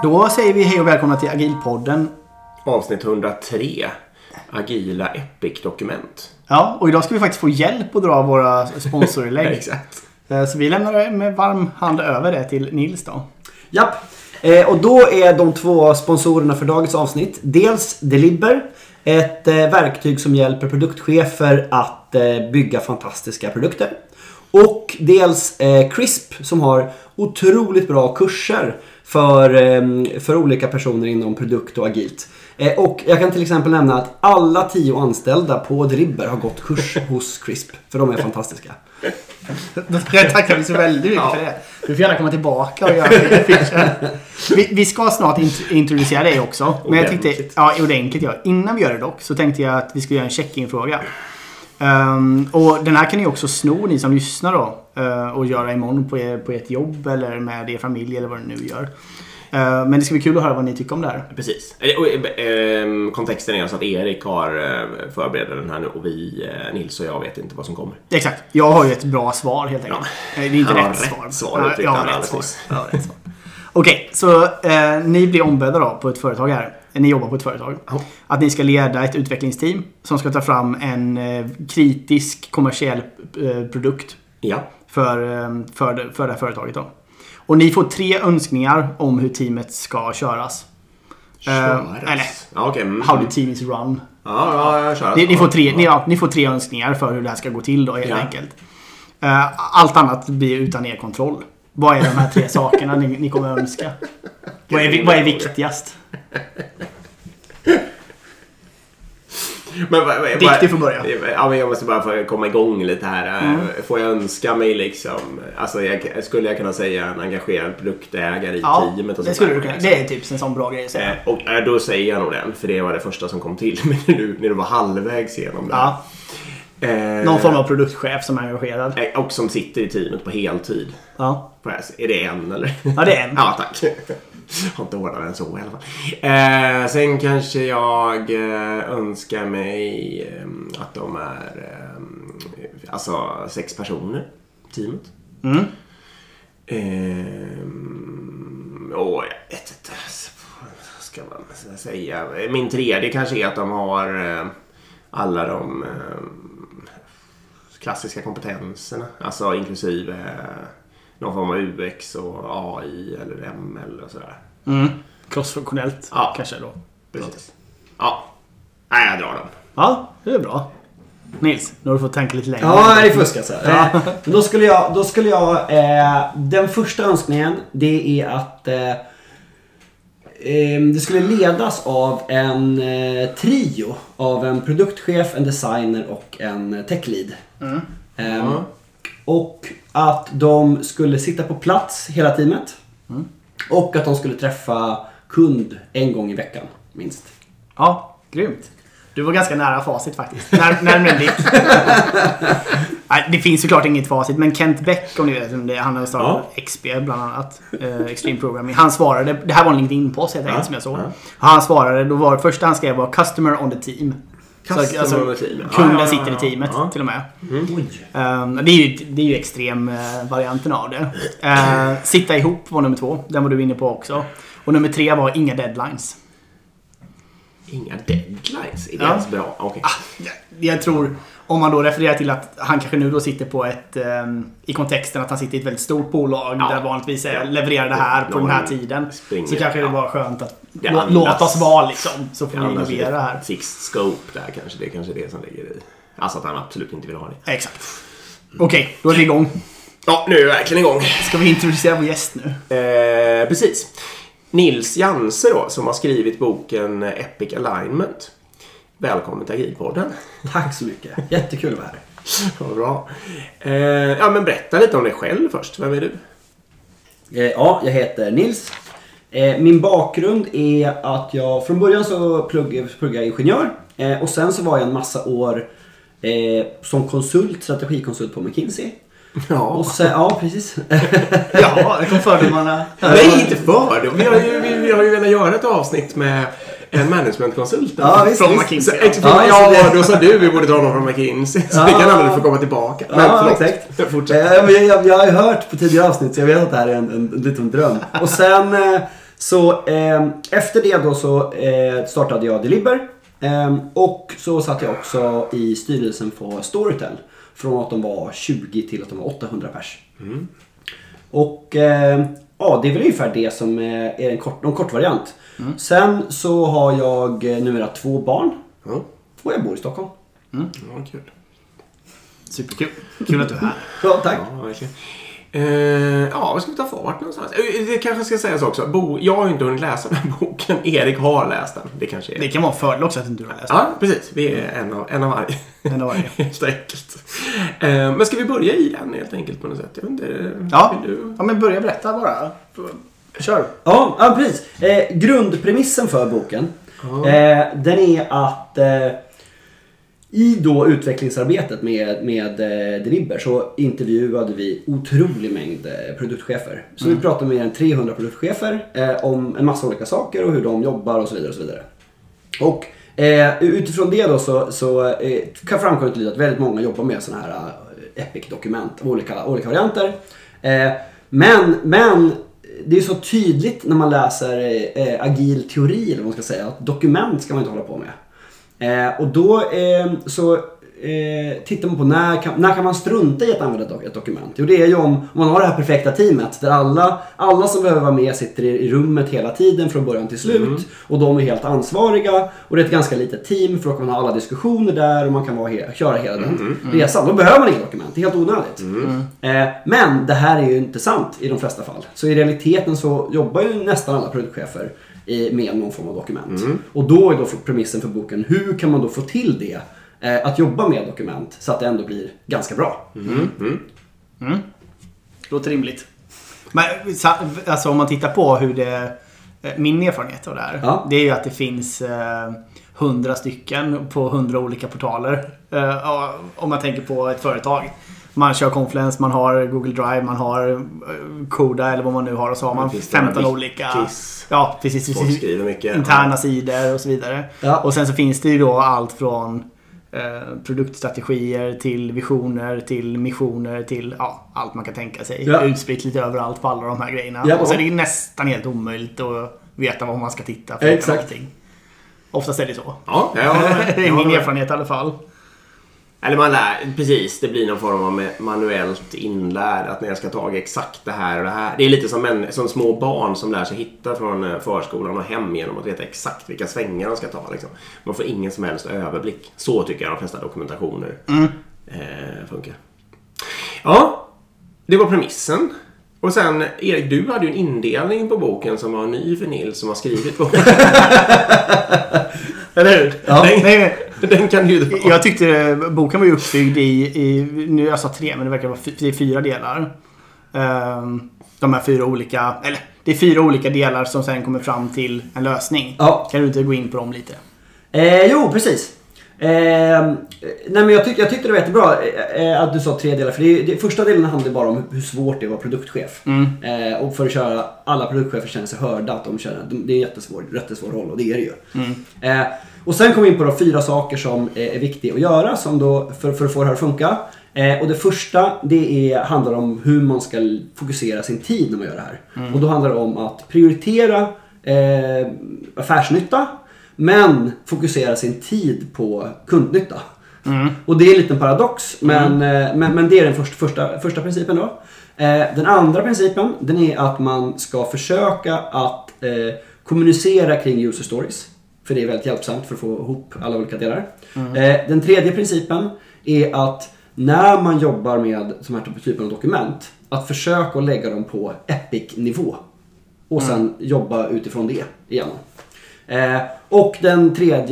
Då säger vi hej och välkomna till Agilpodden. Avsnitt 103. Agila Epic-dokument. Ja, och idag ska vi faktiskt få hjälp att dra våra sponsorinlägg. Exakt. Så vi lämnar med varm hand över det till Nils då. Japp. Och då är de två sponsorerna för dagens avsnitt dels Deliber, ett verktyg som hjälper produktchefer att bygga fantastiska produkter. Och dels Crisp som har otroligt bra kurser för olika personer inom produkt och agilt. Och jag kan till exempel nämna att alla 10 anställda på Deliber har gått kurs hos Crisp. För de är fantastiska. Då tackar vi så väldigt mycket för det. Du får gärna komma tillbaka och göra det. Vi ska snart introducera dig också. Men jag tänkte, ordentligt. Ja. Innan vi gör det dock så tänkte jag att vi skulle göra en check-in-fråga. Och den här kan ni också sno, ni som lyssnar då, och göra imorgon på ert jobb eller med er familj eller vad det nu gör. Men det ska bli kul att höra vad ni tycker om det här. Precis. Kontexten är alltså att Erik har förberett den här nu och vi, Nils och jag, vet inte vad som kommer. Exakt. Jag har ju ett bra svar helt enkelt. Ja. Det är inte rätt svar. Jag har rätt svar. Okej, så ni blir ombedda då på ett företag här. Ni jobbar på ett företag. Att ni ska leda ett utvecklingsteam som ska ta fram en kritisk kommersiell produkt för det här företaget då. Och ni får 3 önskningar om hur teamet ska köras. How the team is run. Ni får 3 önskningar för hur det här ska gå till då helt enkelt. Allt annat blir utan er kontroll. Vad är de här 3 sakerna ni kommer att önska? Vad är viktigast? Riktigt från början. Ja, men jag måste bara få komma igång lite här. Får jag önska mig liksom, alltså skulle jag kunna säga en engagerad produktägare i teamet och det skulle du kunna. Det är typ en sån bra grej att säga. Och då säger jag nog den, för det var det första som kom till mig när du var halvvägs igenom det. Ja. Någon form av produktchef som är engagerad. Och som sitter i teamet på heltid. Ja. Är det en eller? Ja, det är en. Ja, tack. Jag har inte ordnat den så i alla fall. Sen kanske jag önskar mig att de är alltså 6 personer teamet. Och jag vet inte, ska man säga. Min 3:e kanske är att de har alla de klassiska kompetenserna, alltså inklusive någon form av UX och AI eller ML och sådär. Crossfunktionellt kanske då. Precis. Ja. Nej, jag drar dem. Ja, det är bra. Nils, nu har du fått tänka lite längre. Ja, det är fuskat så här. Då skulle jag den första önskningen, det är att det skulle ledas av en trio av en produktchef, en designer och en techlead. Och att de skulle sitta på plats hela teamet. Och att de skulle träffa kund en gång i veckan, minst. Ja, grymt. Du var ganska nära facit faktiskt. Närmare ditt. Det finns såklart inget facit, men Kent Beck, om ni vet, han har startat XP bland annat, Extreme Programming. Han svarade, det här var en LinkedIn-post helt enkelt som jag såg. Han svarade, då var det första han skrev var Customer on the team. Kunden sitter i teamet till och med. Det är ju extrem varianten av det. Sitta ihop var nummer 2. Den var du inne på också. Och nummer 3 var inga deadlines. Inga deadlines? Är det ens bra? Okay. Jag tror, om man då refererar till att han kanske nu då sitter på ett i kontexten att han sitter i ett väldigt stort bolag där vanligtvis levererar det här på den här tiden, så kanske det var skönt att låta oss vara liksom, så får vi innovera det här. Fixed scope där kanske, det är kanske det som ligger i. Alltså att han absolut inte vill ha det. Exakt. Okej, då är vi igång. Ja, nu är vi verkligen igång. Ska vi introducera vår gäst nu? Precis. Nils Janse då, som har skrivit boken Epic Alignment. Välkommen till Agilpodden. Tack så mycket. Jättekul att vara här. Vad bra. Men berätta lite om dig själv först. Vem är du? Jag heter Nils. Min bakgrund är att jag från början så pluggade ingenjör. Och sen så var jag en massa år som strategikonsult på McKinsey. Och sen, precis. Det kom fördomarna. Nej, inte fördom. Vi har ju velat göra ett avsnitt med en managementkonsult. Från McKinsey. Då sa du vi borde ta någon från McKinsey. Så det kan aldrig få komma tillbaka. Men exakt. Jag har ju hört på tidigare avsnitt, så jag vet att det här är en liten dröm. Och sen Så efter det då så startade jag Deliber. Och så satt jag också i styrelsen för Storytel. Från att de var 20 till att de var 800 pers. Och ja, det är väl ungefär det som är en kort variant. Sen så har jag numera 2 barn. Och jag bor i Stockholm. Ja, kul. Superkul. Kul att du är här. Ja, tack. Ja, vad ska vi ta fart någonstans? Det kanske ska sägas också. Jag har ju inte hunnit läsa den boken. Erik har läst den. Det kanske är. Det kan vara en fördel också att inte du har läst den. Ja, precis. Vi är en av varje. En av varje. Helt enkelt. Men ska vi börja i den helt enkelt på något sätt? Jag vet inte, ja, men börja berätta bara. Kör. Ja, precis. Grundpremissen för boken den är att i då utvecklingsarbetet med Deliber så intervjuade vi otrolig mängd produktchefer. Så vi pratade med mer än 300 produktchefer om en massa olika saker och hur de jobbar och så vidare och så vidare. Och utifrån det då så kan framkomma tydligt att väldigt många jobbar med sådana här Epic-dokument av olika varianter. Men det är så tydligt när man läser agil teori eller vad man ska säga att dokument ska man inte hålla på med. Och då så tittar man på när kan man strunta i att använda ett dokument. Jo, det är ju om man har det här perfekta teamet där alla som behöver vara med sitter i rummet hela tiden från början till slut och de är helt ansvariga och det är ett ganska litet team för då kan man ha alla diskussioner där och man kan köra hela den resan. Då behöver man inget dokument, det är helt onödigt. Men det här är ju inte sant i de flesta fall. Så i realiteten så jobbar ju nästan alla produktchefer med någon form av dokument. Och då är då premissen för boken, hur kan man då få till det att jobba med dokument så att det ändå blir ganska bra. Låter rimligt. Men alltså om man tittar på hur min erfarenhet av det här, det är ju att det finns 100 stycken på 100 olika portaler. Om man tänker på ett företag. Man kör Confluence, man har Google Drive, man har Koda eller vad man nu har och så har man 15 olika precis, interna sidor och så vidare. Och sen så finns det ju då allt från produktstrategier till visioner till missioner till allt man kan tänka sig. Utspritt lite överallt på alla de här grejerna. Och så är det nästan helt omöjligt att veta vad man ska titta för. Exakt. Oftast är det så. Det är min erfarenhet i alla fall. Eller man lär, precis, det blir någon form av manuellt inlärd att när jag ska ta exakt det här och det här. Det är lite som små barn som lär sig hitta från förskolan och hem genom att veta exakt vilka svängar de ska ta. Liksom. Man får ingen som helst överblick. Så tycker jag de flesta dokumentationer funkar. Ja, det var premissen. Och sen, Erik, du hade ju en indelning på boken som var ny för Nils som har skrivit boken. Eller hur? Ja. Den kan ju dra. Jag tyckte boken var ju uppbyggd nu jag sa 3, men det verkar vara 4 delar. De här 4 olika, eller det är 4 olika delar som sen kommer fram till en lösning. Kan du inte gå in på dem lite? Jo, precis. Nej, men jag tyckte det var jättebra att du sa 3 delar. För första delen handlar bara om hur svårt det är att vara produktchef. Och för att köra, alla produktchefer känner sig hörda att det är en jättesvår roll, och det är det ju. Och sen kom vi in på 4 saker som är viktiga att göra som då, för att få det här att funka. Och det första handlar om hur man ska fokusera sin tid när man gör det här. Och då handlar det om att prioritera affärsnytta, men fokusera sin tid på kundnytta. Och det är en liten paradox, men det är den första principen då. Den andra principen, den är att man ska försöka att kommunicera kring user stories. För det är väldigt hjälpsamt för att få ihop alla olika delar. Den tredje principen är att när man jobbar med sån här typen av dokument, att försöka att lägga dem på Epic-nivå. Och sen jobba utifrån det igen. Och den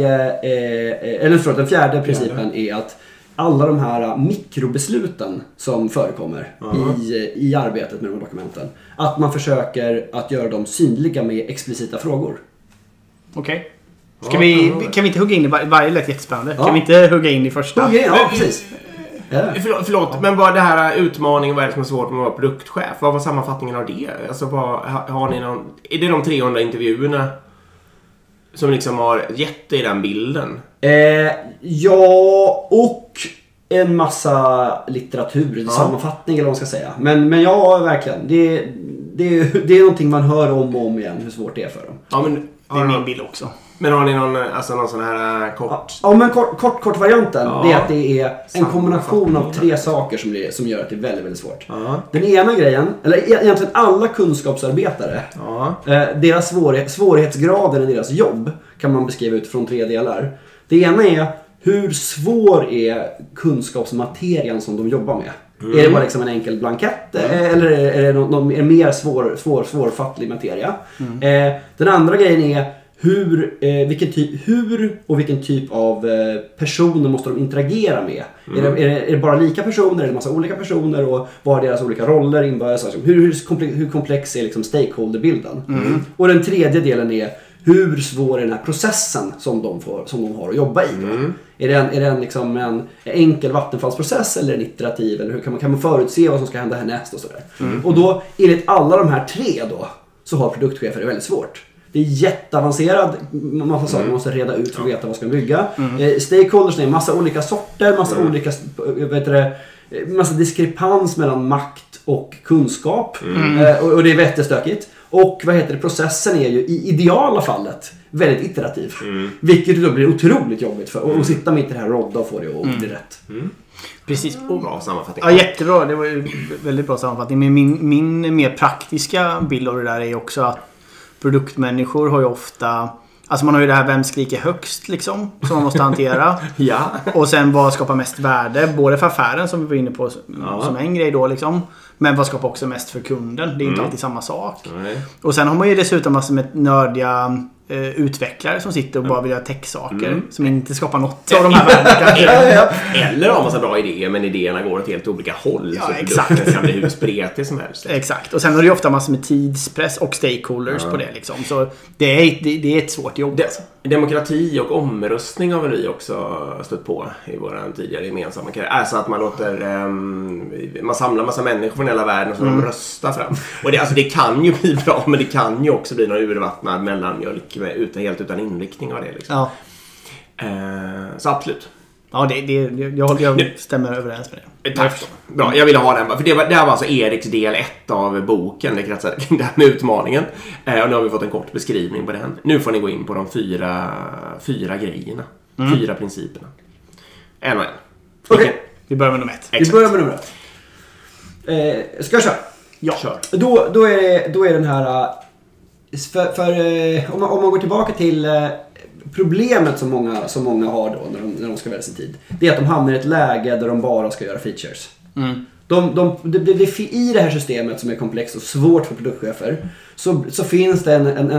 fjärde principen är att alla de här mikrobesluten som förekommer i arbetet med de dokumenten, att man försöker att göra dem synliga med explicita frågor. Okej. Kan vi inte hugga in i varje lätt jättespännande? Kan vi inte hugga in i första? Ja, precis. Förlåt, men vad det här utmaningen, vad är det som är svårt med att vara produktchef? Vad var sammanfattningen av det? Alltså, har ni är det de 300 intervjuerna som liksom har gett dig den bilden? Ja, och en massa litteratur, sammanfattning eller vad man ska säga. Men ja, verkligen. det är någonting man hör om och om igen hur svårt det är för dem. Ja, men Det är min bild också. Men har ni någon sån här kort? Ja, men kort varianten. Det är att det är en kombination av 3 saker som gör att det är väldigt, väldigt svårt. Ja. Den ena grejen, eller egentligen alla kunskapsarbetare, deras svårighetsgraden i deras jobb kan man beskriva utifrån 3 delar. Det ena är hur svår är kunskapsmaterian som de jobbar med. Är det bara liksom en enkel blankett eller är det mer svårfattlig materia? Den andra grejen är vilken typ av personer måste de interagera med? Är det bara lika personer? Är det en massa olika personer? Och vad har deras olika roller inbördes? Alltså, hur komplex är liksom stakeholderbilden? Och den tredje delen är hur svår är den här processen som de har att jobba i? Är det liksom en enkel vattenfallsprocess eller en iterativ? Eller hur kan man förutse vad som ska hända härnäst och sådär? Och då, enligt alla de här 3 då, så har produktchefer det väldigt svårt. Det är jätteavancerad massa saker man måste reda ut för att veta vad ska bygga. Stakeholders är massa olika sorter, massa olika massa diskrepans mellan makt och kunskap. Och det är jättestökigt. Och processen är ju i ideala fallet väldigt iterativ. Vilket då blir otroligt jobbigt för att sitta mitt i det här rodda och få det att bli rätt. Precis. Bra sammanfattning. Ja, jättebra. Det var ju väldigt bra sammanfattning. Men min mer praktiska bild av det där är också att produktmänniskor har ju ofta... Alltså man har ju det här vem skriker högst liksom, som man måste hantera. Ja. Och sen vad skapar mest värde, både för affären som vi var inne på som en grej då liksom. Men vad skapar också mest för kunden. Det är inte alltid samma sak. Nej. Och sen har man ju dessutom massor med nördiga utvecklare som sitter och bara vill göra tech-saker som inte skapar något av de här värdena. Eller har massa bra idéer, men idéerna går åt helt olika håll. Ja, så exakt. produkten kan bli hur spretig som helst. Exakt. Och sen har det ju ofta massor med tidspress och stakeholders på det liksom. Så det är ett svårt jobb. Demokrati och omröstning har väl vi också stött på i våra tidigare gemensamma karriär. Alltså att man låter man samlar massa människor från hela världen och så de röstar fram. Och det kan ju bli bra, men det kan ju också bli någon urvattnad mellanmjölk helt utan inriktning av det liksom. Ja. Så absolut. Ja, jag stämmer överens med det. Tack. Bra, jag ville ha den. För det var alltså Eriks del 1 av boken. Det kretsade kring den här utmaningen. Och nu har vi fått en kort beskrivning på den. Nu får ni gå in på de 4 grejerna. 4 principerna. En och en. Okej. Vi börjar med nummer 1. Vi börjar med nummer 1. Ska jag köra? Ja. Kör. Då är den här... Om man går tillbaka till problemet som många har då när de ska välja sin tid. Det är att de hamnar i ett läge där de bara ska göra features. I det här systemet som är komplext och svårt för produktchefer så finns det en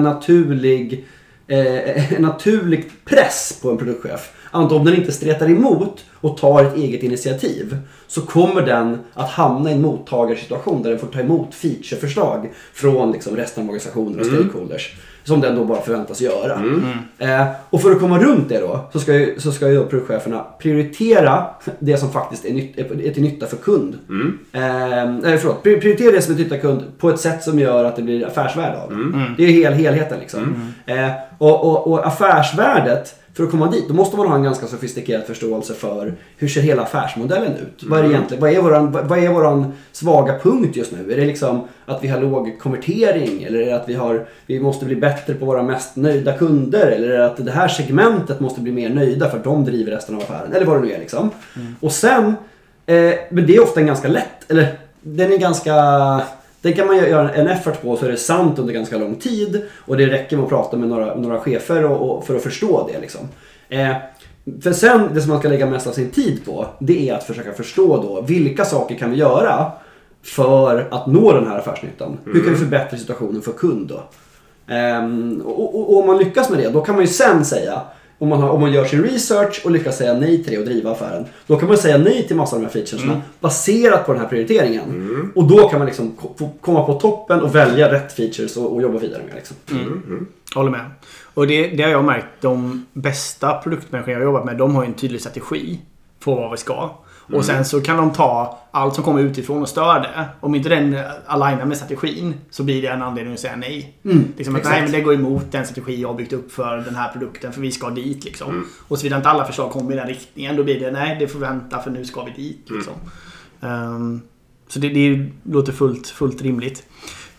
naturlig press på en produktchef. Om den inte stretar emot och tar ett eget initiativ så kommer den att hamna i en mottagarsituation där den får ta emot featureförslag från liksom resten av organisationen och stakeholders som den då bara förväntas göra. Och för att komma runt det då så ska ju produktcheferna prioritera det som faktiskt är till nytta för kund. Prioritera det som är till nytta för kund på ett sätt som gör att det blir affärsvärde av. Det är helheten liksom. Och affärsvärdet, för att komma dit, då måste man ha en ganska sofistikerad förståelse för hur ser hela affärsmodellen ut. Vad är våran svaga punkt just nu? Är det liksom att vi har låg konvertering? Eller är det att vi måste bli bättre på våra mest nöjda kunder? Eller är det att det här segmentet måste bli mer nöjda för att de driver resten av affären? Eller vad det nu är liksom. Och sen, men det är ofta en ganska lätt, eller den är ganska... Den kan man göra en effort på så är det sant under ganska lång tid. Och det räcker med att prata med några chefer för att förstå det liksom. För sen, det som man ska lägga mest av sin tid på, det är att försöka förstå då vilka saker kan vi göra för att nå den här affärsnyttan. Hur kan vi förbättra situationen för kund då? Och om man lyckas med det, då kan man ju sen säga, om man gör sin research och lyckas säga nej till det och driva affären, då kan man säga nej till massa av de här featuresna baserat på den här prioriteringen. Och då kan man liksom komma på toppen och välja rätt features och jobba vidare med liksom. Håller med. Och det har jag märkt, de bästa produktmänniskor jag har jobbat med, de har en tydlig strategi på vad vi ska. Och sen så kan de ta allt som kommer utifrån och stör det. Om inte den alignar med strategin så blir det en anledning att säga nej. Liksom att nej, men det går emot den strategi jag har byggt upp för den här produkten, för vi ska dit liksom. Och så vidare inte alla förslag kommer i den riktningen, då blir det nej, det får vi vänta för nu ska vi dit liksom. Så det låter fullt rimligt.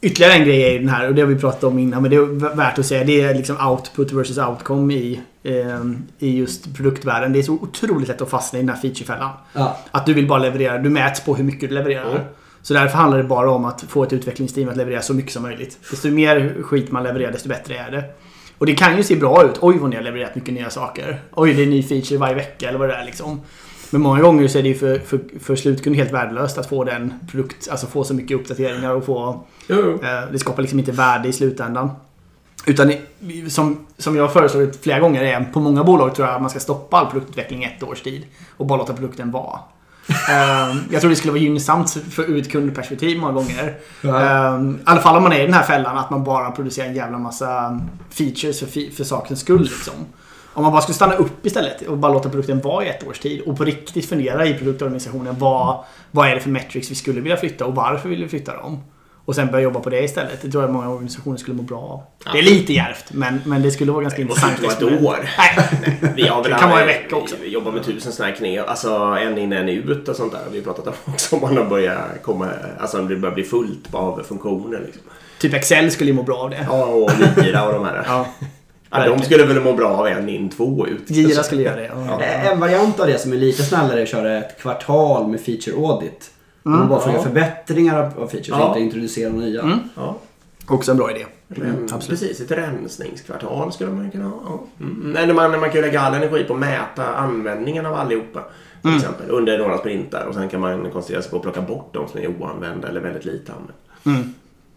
Ytterligare en grej är ju den här, och det har vi pratat om innan, men det är värt att säga, det är liksom output versus outcome i just produktvärlden. Det är så otroligt lätt att fastna i den här featurefällan. Ja. Att du vill bara leverera, du mäts på hur mycket du levererar. Så därför handlar det bara om att få ett utvecklingsteam att leverera så mycket som möjligt. Desto mer skit man levererar, desto bättre är det. Och det kan ju se bra ut. Oj, vad ni har levererat mycket nya saker. Oj, det är en ny feature varje vecka eller vad det är liksom. Men många gånger så är det ju för slutkund helt värdelöst att få den produkt, alltså få så mycket uppdateringar och få det skapar liksom inte värde i slutändan. Utan som jag har föreslagit flera gånger är på många bolag tror jag att man ska stoppa all produktutveckling i 1 års tid och bara låta produkten vara. Jag tror det skulle vara gynnsamt ur ett kundperspektiv många gånger. I alla fall om man är i den här fällan att man bara producerar en jävla massa features för sakens skull liksom. Om man bara skulle stanna upp istället och bara låta produkten vara i 1 års tid och på riktigt fundera i produktorganisationen vad är det för metrics vi skulle vilja flytta och varför vill vi flytta dem? Och sen börja jobba på det istället. Det tror jag många organisationer skulle må bra av. Ja. Det är lite djärvt, men det skulle vara ganska intressant. Det måste ett år. Nej. Vi har det kan vara en vecka också. Vi jobbar med 1000 sådana här knep. Alltså en in, en ut och sånt där. Vi har pratat om också. Om man börjar komma, alltså om det börjar bli fullt av funktioner. Liksom. Typ Excel skulle ju må bra av det. Ja, och Gira och de här. Ja. Ja, de skulle väl må bra av en in, 2 ut. Gira skulle göra det. Ja. En variant av det som är lite snällare är att köra ett kvartal med feature audit. Man bara får göra förbättringar av features och inte introducera nya. Ja. Också en bra idé. Precis, ett rensningskvartal skulle man kunna ha. När man kan lägga all energi på att mäta användningen av allihopa. Till exempel under några sprintar. Och sen kan man koncentrera sig på att plocka bort de som är oanvända eller väldigt lite använda.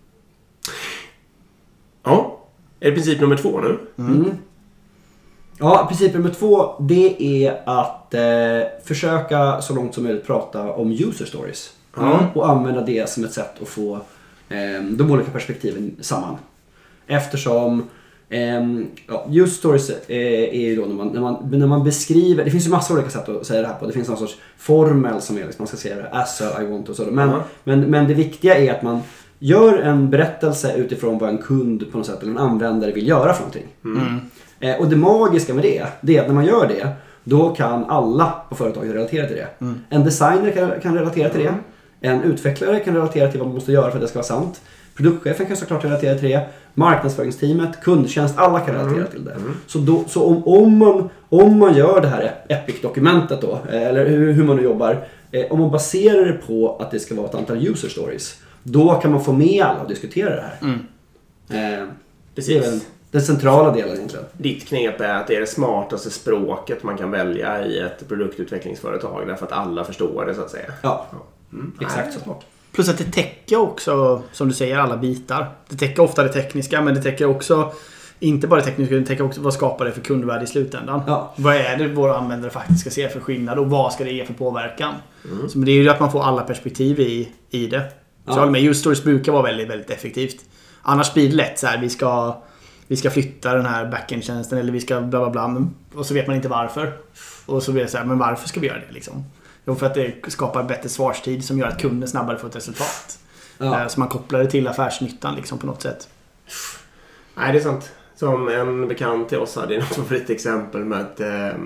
Ja. Är det princip nummer 2 nu? Ja, princip nummer 2 det är att försöka så långt som möjligt prata om user stories. Och använda det som ett sätt att få de olika perspektiven samman. Eftersom user stories är ju då när man beskriver, det finns ju massor av olika sätt att säga det här på. Det finns någon sorts formel som är liksom, man ska säga det, as I want och så. Men det viktiga är att man gör en berättelse utifrån vad en kund på något sätt eller en användare vill göra för någonting. Och det magiska med det är att när man gör det, då kan alla på företaget relatera till det. En designer kan relatera till det. En utvecklare kan relatera till vad man måste göra för att det ska vara sant. Produktchefen kan såklart relatera till det. Marknadsföringsteamet, kundtjänst, alla kan relatera till det. Så om man gör det här Epic-dokumentet då, eller hur man nu jobbar, om man baserar det på att det ska vara ett antal user stories, då kan man få med alla och diskutera det här. Det är väl den centrala delen egentligen. Ditt knep är att det är det smartaste språket man kan välja i ett produktutvecklingsföretag därför att alla förstår det så att säga. Ja. Exakt så smart. Plus att det täcker också, som du säger, alla bitar. Det täcker ofta det tekniska, men det täcker också inte bara det tekniska, det täcker också vad skapar det för kundvärde i slutändan. Ja. Vad är det våra användare faktiskt ska se för skillnad och vad ska det ge för påverkan? Så det är ju att man får alla perspektiv i det. Så jag håller med, user stories brukar vara väldigt, väldigt effektivt. Annars blir det lätt så här, vi ska flytta den här backend-tjänsten eller vi ska bla bla bla, och så vet man inte varför. Och så blir det så här, men varför ska vi göra det liksom? Jo, för att det skapar bättre svarstid som gör att kunden snabbare får ett resultat. Så man kopplar det till affärsnyttan liksom på något sätt. Nej, det är sant. Som en bekant till oss hade något favoritexempel med att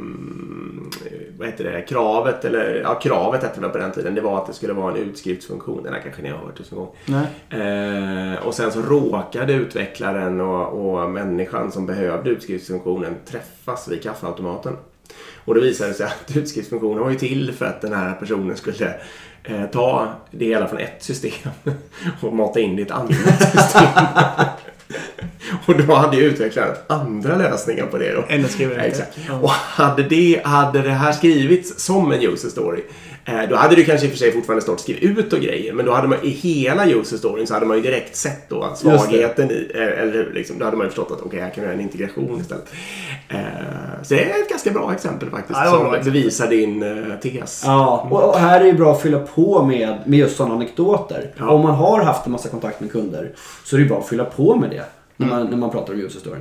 kravet hette det på den tiden. Det var att det skulle vara en utskriftsfunktion. Den här kanske ni har hört 1000 gånger. Och sen så råkade utvecklaren och människan som behövde utskriftsfunktionen träffas vid kaffeautomaten. Och det visade sig att utskriftsfunktionen var ju till för att den här personen skulle ta det hela från ett system och mata in det i ett annat system. Och då hade ju utvecklaren andra lösningar på det då. Ännu skriver det. Exakt. Ja. Och hade det här skrivits som en user story, då hade det kanske i och för sig fortfarande stått skriv ut och grejer, men då hade man i hela user storyn så hade man ju direkt sett då att svagheten i, eller liksom, då hade man ju förstått att okej, här kan vi göra en integration istället. Så det är ett ganska bra exempel faktiskt, som bevisar din tes. Ja, och här är det ju bra att fylla på med just sådana anekdoter. Ja. Om man har haft en massa kontakt med kunder så är det ju bra att fylla på med det när man pratar om user story.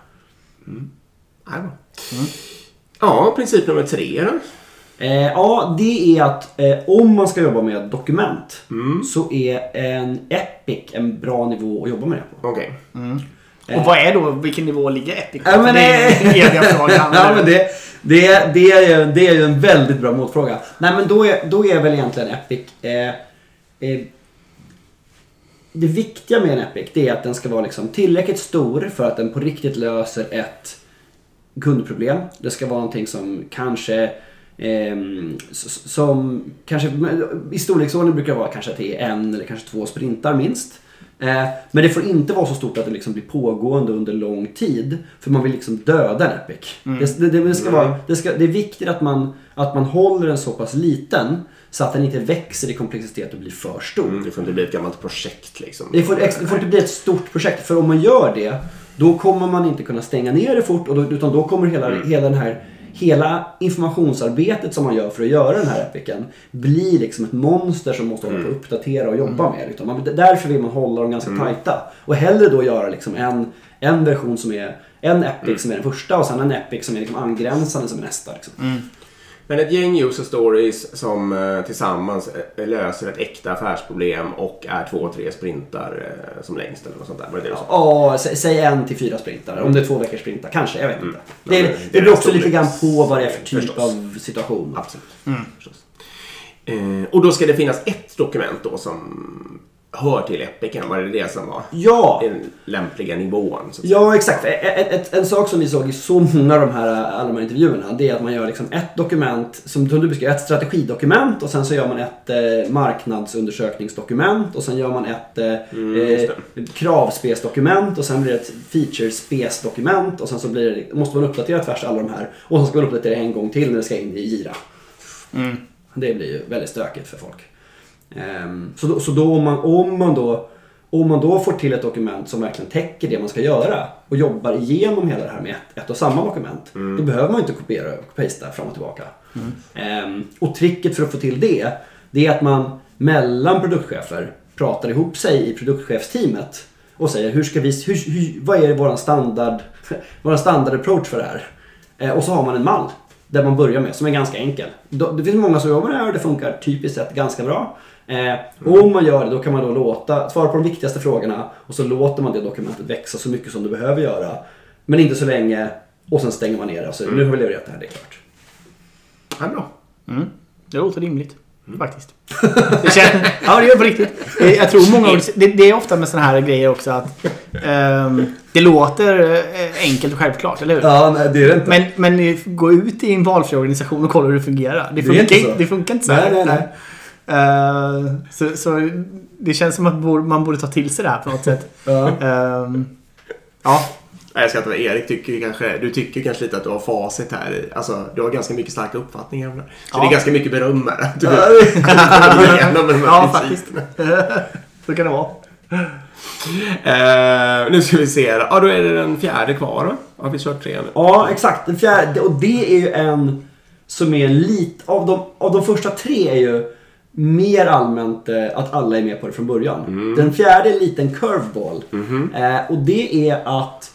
Ja, princip nummer 3 då? Ja, det är att om man ska jobba med dokument så är en Epic en bra nivå att jobba med det på. Okej. Och vad är då, vilken nivå ligger Epic på? Det är en eviga frågan. Ja, men det är ju en väldigt bra motfråga. Nej, men då är väl egentligen Epic det viktiga med en Epic, det är att den ska vara liksom tillräckligt stor för att den på riktigt löser ett kundproblem. Det ska vara någonting som kanske i storleksordning brukar det vara kanske att det är 1 eller kanske 2 sprintar minst. Men det får inte vara så stort att det liksom blir pågående under lång tid, för man vill liksom döda en Epic. Det är viktigt att man håller den så pass liten så att den inte växer i komplexitet och blir för stor. Det får inte bli ett gammalt projekt liksom. Det får inte bli ett stort projekt, för om man gör det, då kommer man inte kunna stänga ner det fort, utan då kommer hela informationsarbetet som man gör för att göra den här Epicen blir liksom ett monster som måste hålla på att uppdatera och jobba med. Liksom. Därför vill man hålla dem ganska tajta. Och hellre då göra liksom en version som är en Epic som är den första och sen en Epic som är liksom angränsande som är nästa. Liksom. Men ett gäng user stories som tillsammans löser ett äkta affärsproblem och är 2-3 sprintar som längst eller något sånt där. Ja, säg 1 till 4 sprintar. Om det är 2 veckors sprintar, kanske, jag vet inte. Det beror också lite grann på vad det är för typ av situation. Absolut. Och då ska det finnas ett dokument då som hör till Epicen, var det som var den lämpliga nivån? Ja, exakt. En sak som vi såg i så många av de här alla de här intervjuerna, det är att man gör liksom ett dokument, som du beskrev, ett strategidokument, och sen så gör man ett marknadsundersökningsdokument, och sen gör man ett kravspesdokument, och sen blir det ett feature-spes-dokument, och sen så måste man uppdatera tvärs alla de här, och sen ska man uppdatera en gång till när det ska in i Jira. Det blir ju väldigt stökigt för folk. Så då om man då får till ett dokument som verkligen täcker det man ska göra och jobbar igenom hela det här med ett och samma dokument, då behöver man inte kopiera och pasta fram och tillbaka. Och tricket för att få till det är att man mellan produktchefer pratar ihop sig i produktchefsteamet och säger vad är våran standard approach för det här? Och så har man en mall där man börjar med, som är ganska enkel. Det finns många som jobbar med det här och det funkar typiskt sett ganska bra. Och om man gör det, då kan man då svara på de viktigaste frågorna, och så låter man det dokumentet växa så mycket som det behöver göra. Men inte så länge, och sen stänger man ner det och så nu har vi levererat det här, det är klart. Ja, bra. Det låter rimligt. Faktiskt. Det gör på riktigt. Jag tror många det är ofta med såna här grejer också att det låter enkelt och självklart, eller hur? Ja, nej, det är det inte. Men gå ut i en valfri organisation och kolla hur det fungerar. Det funkar inte så här. Nej. Så det känns som att man borde ta till sig det här på något sätt. Ja. Jag ska inte vara Erik, du tycker kanske lite att du har facit här. Alltså, du har ganska mycket starka uppfattningar om det. Så det är ganska mycket beröm här. Ja, faktiskt. Så kan det vara. Nu ska vi se. Ja, då är det den 4:e kvar då. Har vi kört 3 nu? Ja, exakt. Den 4:e, och det är ju en som är lite av de första 3 är ju mer allmänt att alla är med på det från början. Den 4:e är en liten curveball. Och det är att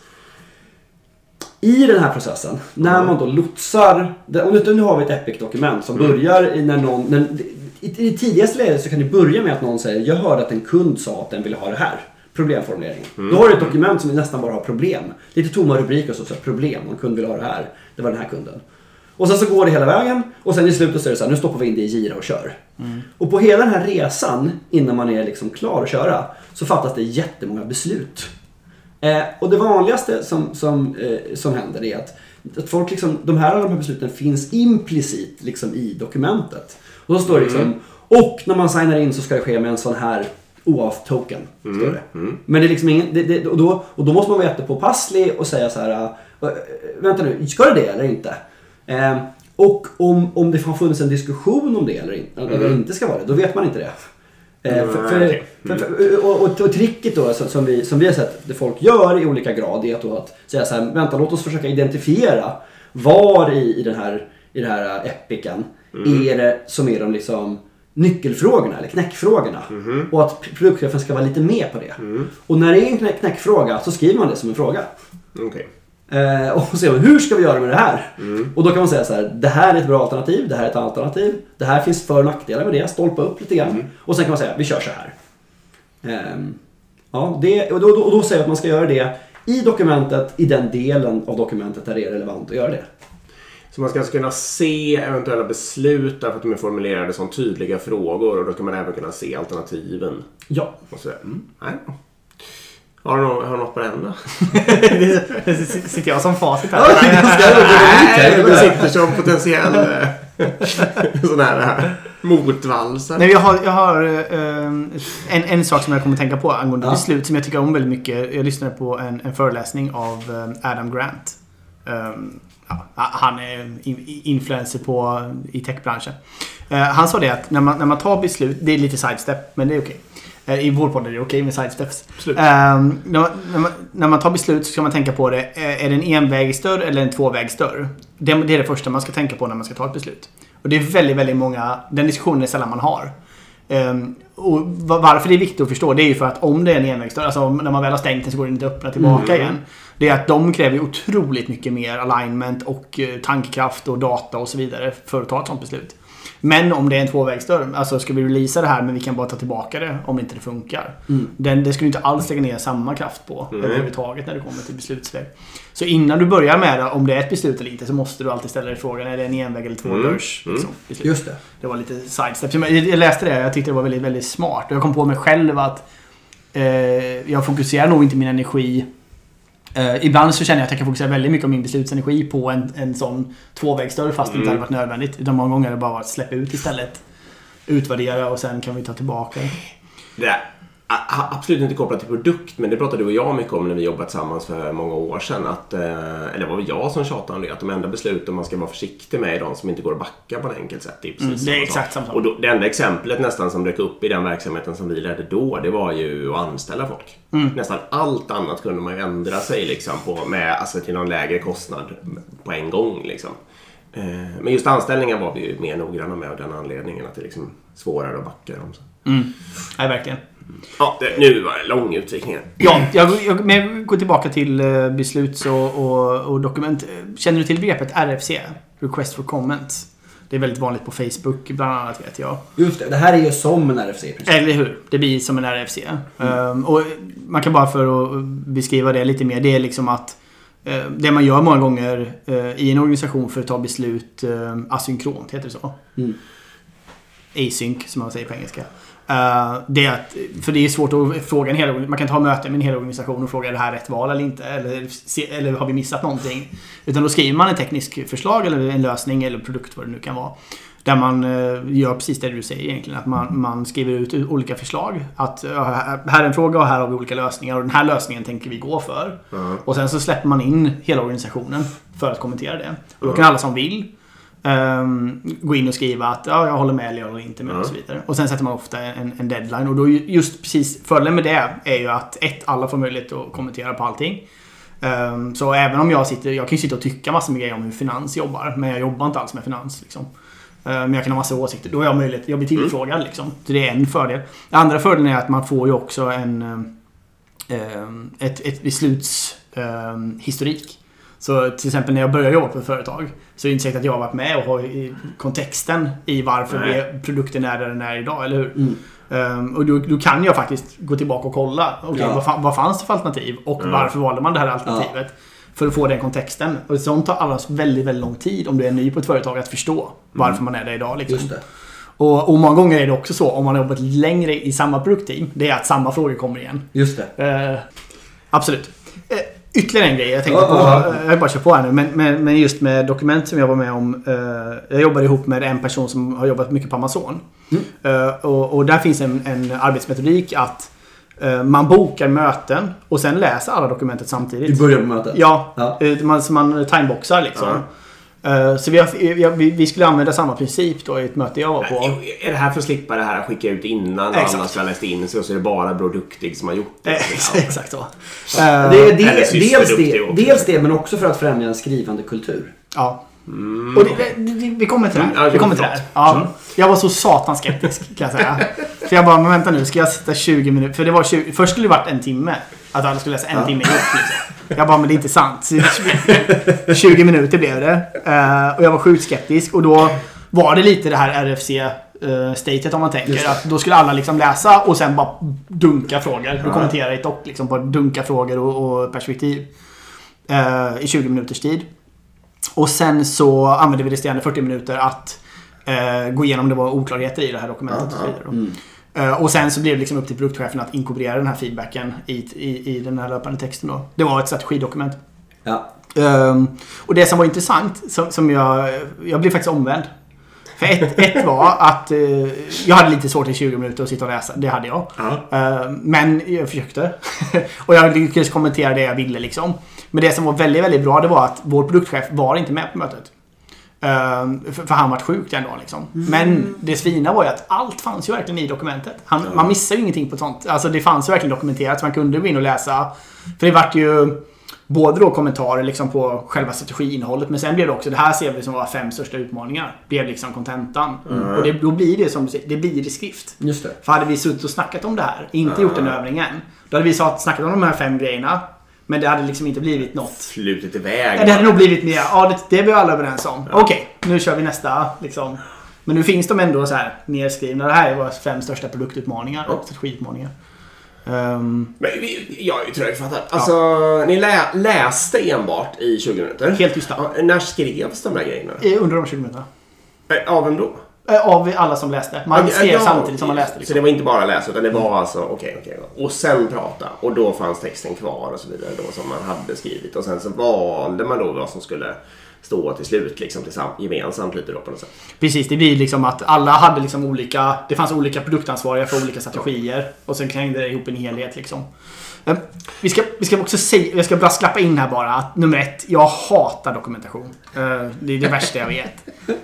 i den här processen, när man då lotsar, nu har vi ett Epic-dokument som börjar i det tidigaste läget så kan det börja med att någon säger, jag hörde att en kund sa att den ville ha det här. Problemformuleringen. Då har du ett dokument som nästan bara har problem. Lite tomma rubriker och så problem. Någon kund vill ha det här. Det var den här kunden. Och sen så går det hela vägen. Och sen i slutet så är det så här, nu stoppar vi in det i Jira och kör. Och på hela den här resan, innan man är liksom klar att köra, så fattas det jättemånga beslut. Och det vanligaste som händer är att folk liksom, de här besluten finns implicit liksom i dokumentet. Och så står det liksom, och när man signar in så ska det ske med en sån här OAuth-token. Står det. Men det är liksom ingen, och då måste man vara jättepåpasslig och säga så här, vänta nu, ska det eller inte? Och om det har funnits en diskussion om det eller inte ska vara det, då vet man inte det. Och tricket då som vi har sett det folk gör i olika grad är att säga så här, vänta, låt oss försöka identifiera var i den här epicen är det som är de liksom nyckelfrågorna eller knäckfrågorna, och att produktchefen ska vara lite med på det. Och när det är en knäckfråga så skriver man det som en fråga. Och så säger man, hur ska vi göra med det här? Och då kan man säga så här, det här är ett bra alternativ, det här är ett alternativ, det här finns för- och nackdelar med det, stolpa upp lite grann. Och sen kan man säga, vi kör så här. Och då säger jag att man ska göra det i dokumentet, i den delen av dokumentet där det är relevant att göra det. Så man ska kunna se eventuella beslut därför att de är formulerade som tydliga frågor och då kan man även kunna se alternativen. Ja. Och så, nej. Har du något på den då? Sitter jag som facit här? Nej, du sitter som potentiell sån här motvalsare. Nej, jag har en sak som jag kommer att tänka på angående beslut som jag tycker om väldigt mycket. Jag lyssnade på en föreläsning av Adam Grant. Han är influencer i techbranschen. Han sa det att när man tar beslut, det är lite sidestep, men det är okej. I vår podd är det okej med sidesteps. När man tar beslut så ska man tänka på det. Är det en envägsdörr eller en tvåvägsdörr? Det är det första man ska tänka på när man ska ta ett beslut. Och det är väldigt, väldigt många. Den diskussionen är sällan man har. Och varför det är viktigt att förstå, det är ju för att om det är en envägsdörr, alltså när man väl har stängt den så går den inte att öppna tillbaka igen. Det är att de kräver otroligt mycket mer alignment och tankkraft och data och så vidare för att ta ett sånt beslut. Men om det är en tvåvägsdörr, alltså ska vi releasa det här men vi kan bara ta tillbaka det om inte det funkar. Det skulle inte alls lägga ner samma kraft på överhuvudtaget när det kommer till beslutsväg. Så innan du börjar med det, om det är ett beslut eller inte, så måste du alltid ställa dig frågan, är det en enväg eller tvådörrs liksom, beslut. Just det. Det var lite sidestep. Jag läste det, jag tyckte det var väldigt, väldigt smart. Och jag kom på mig själv att jag fokuserar nog inte min energi. Ibland så känner jag att jag kan fokusera väldigt mycket av min beslutsenergi på en sån tvåvägsdörr fast det inte hade varit nödvändigt. Utan många gånger är det bara att släppa ut istället. Utvärdera och sen kan vi ta tillbaka. Det är absolut inte kopplat till produkt, men det pratade du och jag mycket om när vi jobbade tillsammans för många år sedan. Eller det var väl jag som tjatade om det, att de enda besluten man ska vara försiktig med är de som inte går att backa på ett enkelt sätt. Det är exakt samma sak. Och det enda exemplet nästan som dök upp i den verksamheten som vi ledde då, det var ju att anställa folk. Nästan allt annat kunde man ju ändra sig liksom alltså till någon lägre kostnad på en gång liksom. Men just anställningar var vi ju mer noggranna med av den anledningen att det är liksom svårare att backa dem. Nej, verkligen. Ja, nu var det lång utvikning. Ja, jag går tillbaka till besluts och dokument. Känner du till begreppet RFC? Request for Comments. Det är väldigt vanligt på Facebook bland annat, vet jag. Just det här är ju som en RFC. Precis. Eller hur? Det blir som en RFC. Och man kan bara för att beskriva det lite mer, det är liksom att det man gör många gånger i en organisation för att ta beslut asynkront, heter det så? Async, som man säger på engelska. Det är att, för det är svårt att fråga en hel, man kan ta möte med en hel organisation och fråga är det här rätt val eller inte, eller har vi missat någonting, utan då skriver man en teknisk förslag eller en lösning eller produkt, vad det nu kan vara, där man gör precis det du säger egentligen, att man skriver ut olika förslag, att här är en fråga och här har vi olika lösningar och den här lösningen tänker vi gå för, och sen så släpper man in hela organisationen för att kommentera det, och då kan alla som vill gå in och skriva att jag håller med eller jag håller inte med och så vidare. Och sen sätter man ofta en deadline. Och då just precis fördelen med det är ju att alla får möjlighet att kommentera på allting. Så även om jag kan ju sitta och tycka massor med grejer om hur finans jobbar, men jag jobbar inte alls med finans liksom. Men jag kan ha massa åsikter. Då har jag möjlighet, jag blir tillfrågad liksom. Så det är en fördel. Den andra fördelen är att man får ju också ett beslutshistorik. Så till exempel när jag börjar jobba på ett företag så är det inte säkert att jag har varit med och har i kontexten i varför produkten är där den är idag, eller hur? Och då kan jag faktiskt gå tillbaka och kolla vad fanns det för alternativ och varför valde man det här alternativet för att få den kontexten. Och sånt tar alldeles väldigt, väldigt lång tid om du är ny på ett företag att förstå varför man är där idag liksom. Just det. Och många gånger är det också så, om man har jobbat längre i samma produktteam, det är att samma frågor kommer igen. Just det. Absolut. Ytterligare en grej jag tänkte på, jag bara kör på här nu, men just med dokument som jag var med om, jag jobbade ihop med en person som har jobbat mycket på Amazon. Och där finns en arbetsmetodik att man bokar möten och sen läser alla dokumentet samtidigt. Du börjar på mötet? Ja. Man timeboxar liksom. Så vi skulle använda samma princip då i ett möte jag var på. Är det här för att slippa det här att skicka ut innan alla ska ha läst in så är det bara produktig som har gjort det? Exakt så. Det är dels det, men också för att främja en skrivande kultur. Ja. Och vi kommer till det här. Vi kommer till det här. Ja. Jag var så satans skeptisk, kan jag säga. För jag bara, men vänta nu, ska jag sitta 20 minuter? För det var först skulle det varit en timme. Att alla skulle läsa en timme ihop liksom. Jag bara, men det är inte sant. 20 minuter blev det. Och jag var sjukt skeptisk. Och då var det lite det här RFC-statet om man tänker. Att då skulle alla liksom läsa och sen bara dunka frågor. Du kommenterar i ett dock liksom, bara dunka frågor och perspektiv. I 20 minuters tid. Och sen så använde vi resterande 40 minuter att gå igenom om det var oklarheter i det här dokumentet och så vidare. Och sen så blev det liksom upp till produktchefen att inkorporera den här feedbacken i den här löpande texten då. Det var ett strategidokument. Ja. Och det som var intressant, som jag blev faktiskt omvänd. För ett var att jag hade lite svårt i 20 minuter att sitta och läsa. Det hade jag. Men jag försökte. Och jag lyckades kommentera det jag ville liksom. Men det som var väldigt, väldigt bra, det var att vår produktchef var inte med på mötet. För han var sjuk den dagen liksom. Men det svina var ju att allt fanns ju verkligen i dokumentet. Man missade ju ingenting på sånt. Alltså det fanns ju verkligen dokumenterat så man kunde gå in och läsa. För det vart ju både då kommentarer liksom på själva strategiinnehållet, men sen blev det också, det här ser vi som var 5 största utmaningar. Blev liksom kontentan. Och då blir det som du säger, det blir i skrift. Just det. För hade vi suttit och snackat om det här, inte gjort den övningen, då hade vi snackat om de här 5 grejerna. Men det hade liksom inte blivit något. Flutit iväg. Det hade nog blivit mer, det är vi alla överens om. Okej, nu kör vi nästa liksom. Men nu finns de ändå så här nedskrivna. Det här är våra 5 största produktutmaningar, strategiutmaningar. Men jag är ju trögfattad. Alltså, ni läste enbart i 20 minuter. Helt tysta. När skrevs de där grejerna? Under de 20 minuterna. Av vem då? Av alla som läste. Man skrev samtidigt som man läste. Liksom. Så det var inte bara läsa, utan det var alltså okej. Och sen prata. Och då fanns texten kvar och så vidare då som man hade skrivit. Och sen så valde man då vad som skulle stå till slut liksom gemensamt lite då på något sätt. Precis, det blir liksom att alla hade liksom olika, det fanns olika produktansvariga för olika strategier och sen krängde det ihop en helhet liksom. Vi ska också säga, jag ska bara sklappa in här bara att nummer 1, jag hatar dokumentation. Det är det värsta jag vet.